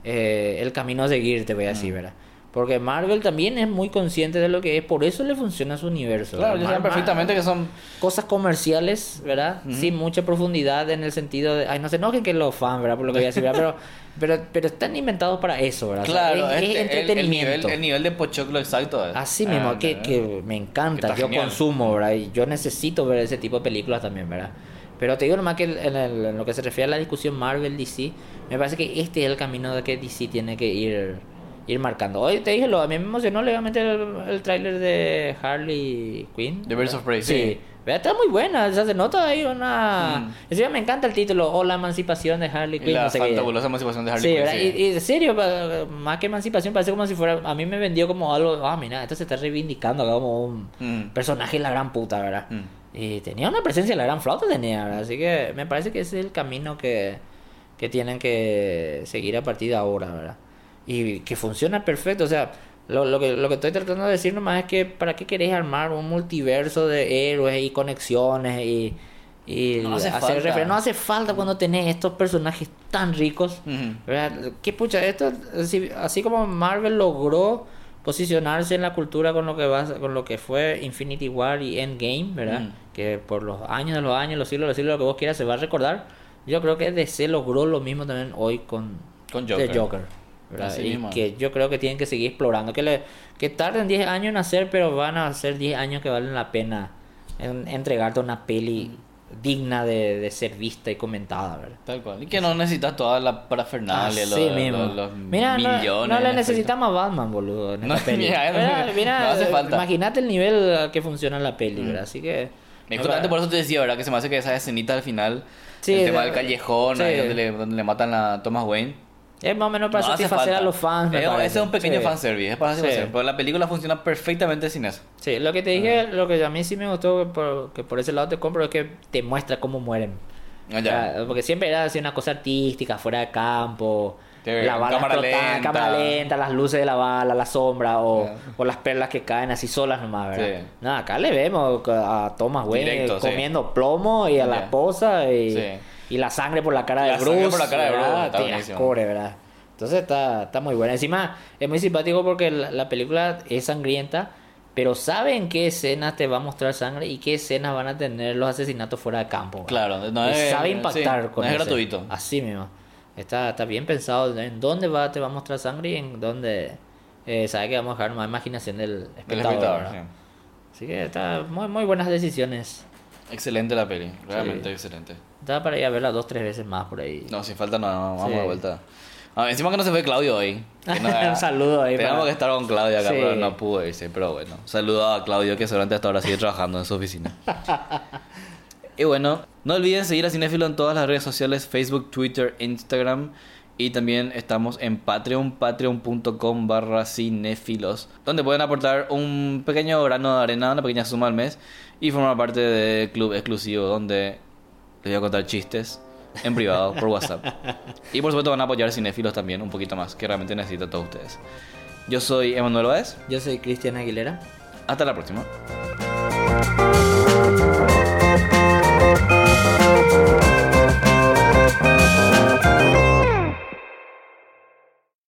S2: eh, el camino a seguir, te voy a decir, ¿verdad? Porque Marvel también es muy consciente de lo que es, por eso le funciona su universo.
S1: Claro, ellos saben perfectamente que son
S2: cosas comerciales, ¿verdad? Uh-huh. Sin mucha profundidad en el sentido de... Ay, no se enojen que los fans, ¿verdad? Por lo que voy a decir, ¿verdad? Pero, pero, pero están inventados para eso, ¿verdad?
S1: Claro,
S2: o sea, es,
S1: este,
S2: es entretenimiento.
S1: El, el, nivel, el nivel de pochoclo exacto es.
S2: Así mismo, ah, que, que me encanta, yo genial. Consumo, ¿verdad? Y yo necesito ver ese tipo de películas también, ¿verdad? Pero te digo nomás que en, el, en lo que se refiere a la discusión Marvel-D C, me parece que este es el camino de que D C tiene que ir... ir marcando. Hoy te dije, lo, a mí me emocionó legalmente el, el tráiler de Harley Quinn.
S1: The Birds of Prey,
S2: sí. sí. Está muy buena, o sea, se nota ahí una... Mm. Encima me encanta el título, o la emancipación de Harley Quinn.
S1: Y la
S2: no sé
S1: fantabulosa emancipación de Harley
S2: sí,
S1: Quinn.
S2: Sí, y, y en serio, más que emancipación, parece como si fuera... A mí me vendió como algo, ah, mira, esto se está reivindicando acá como un mm. personaje de la gran puta, ¿verdad? Mm. Y tenía una presencia de la gran flauta, tenía, ¿verdad? Así que me parece que ese es el camino que, que tienen que seguir a partir de ahora, ¿verdad? Y que funciona perfecto, o sea, lo, lo, que, lo que estoy tratando de decir nomás es que ¿para qué querés armar un multiverso de héroes y conexiones y, y
S1: no hace
S2: hacer
S1: falta.
S2: Refer- no hace falta cuando tenés estos personajes tan ricos,
S1: uh-huh.
S2: ¿verdad? ¿Qué pucha? Esto, así, así como Marvel logró posicionarse en la cultura con lo que va, con lo que fue Infinity War y Endgame, ¿verdad? Uh-huh. Que por los años de los años, los siglos de los siglos, lo que vos quieras se va a recordar. Yo creo que D C logró lo mismo también hoy con,
S1: con Joker.
S2: The Joker. Y mismo. Que yo creo que tienen que seguir explorando, que le que tarden diez años en hacer, pero van a ser diez años que valen la pena en, entregarte una peli digna de, de ser vista y comentada, ¿verdad?
S1: Tal cual. Y que no necesitas toda la parafernalia, los, los, los
S2: mira,
S1: millones.
S2: No, no le necesitamos a Batman, boludo, en
S1: no,
S2: esta peli.
S1: Mira,
S2: mira, mira,
S1: no hace falta.
S2: Imagínate el nivel que funciona la peli, ¿verdad? Así que...
S1: Y justamente por eso te decía, ¿verdad? Que se me hace que esa escenita al final,
S2: sí,
S1: el tema
S2: de,
S1: del callejón,
S2: sí.
S1: ahí donde le, donde le matan a Thomas Wayne.
S2: Es más o menos para
S1: no
S2: satisfacer a los fans.
S1: Es, ese es un pequeño sí. fanservice, es para satisfacer. Sí. Pero la película funciona perfectamente sin eso.
S2: Sí, lo que te dije, uh-huh. lo que a mí sí me gustó, que por, que por ese lado te compro, es que te muestra cómo mueren.
S1: Ah, ya.
S2: Porque siempre era así una cosa artística, fuera de campo.
S1: Te,
S2: la bala
S1: cámara
S2: explotada,
S1: lenta.
S2: cámara lenta, las luces de la bala, la sombra o, yeah. o las perlas que caen así solas nomás, ¿verdad? Sí. No, acá le vemos a Thomas Wayne Directo, comiendo sí. plomo y a yeah. la esposa y, sí. y la sangre por la cara
S1: la
S2: de Bruce.
S1: Por la cara de Bruce, está
S2: buenísimo. Core, ¿verdad? Entonces está, está muy buena. Encima es muy simpático porque la, la película es sangrienta, pero sabe en qué escenas te va a mostrar sangre y qué escenas van a tener los asesinatos fuera de campo.
S1: Claro, no
S2: y
S1: es,
S2: sabe impactar
S1: sí,
S2: con
S1: no es
S2: ese.
S1: gratuito.
S2: Así mismo. Está, está bien pensado en dónde va, te va a mostrar sangre y en dónde eh, sabe que vamos a dejar más imaginación del espectador. espectador sí. Así que está muy, muy buenas decisiones.
S1: Excelente la peli, realmente
S2: sí.
S1: excelente.
S2: Estaba para ir a verla dos, tres veces más por ahí.
S1: No, sin falta no, vamos sí. de vuelta. Ah, encima que no se fue Claudio hoy.
S2: No, un saludo ahí.
S1: Teníamos
S2: para...
S1: que estar con Claudio acá,
S2: sí.
S1: pero no pudo irse. Pero bueno, saludo a Claudio que seguramente hasta ahora sigue trabajando en su oficina. Y bueno, no olviden seguir a Cinéfilo en todas las redes sociales, Facebook, Twitter, Instagram. Y también estamos en Patreon, patreon.com barra cinéfilos, donde pueden aportar un pequeño grano de arena, una pequeña suma al mes, y formar parte del club exclusivo donde les voy a contar chistes en privado, por WhatsApp. Y por supuesto van a apoyar Cinéfilos también un poquito más, que realmente necesitan todos ustedes. Yo soy Emanuel Báez.
S2: Yo soy Cristian Aguilera.
S1: Hasta la próxima.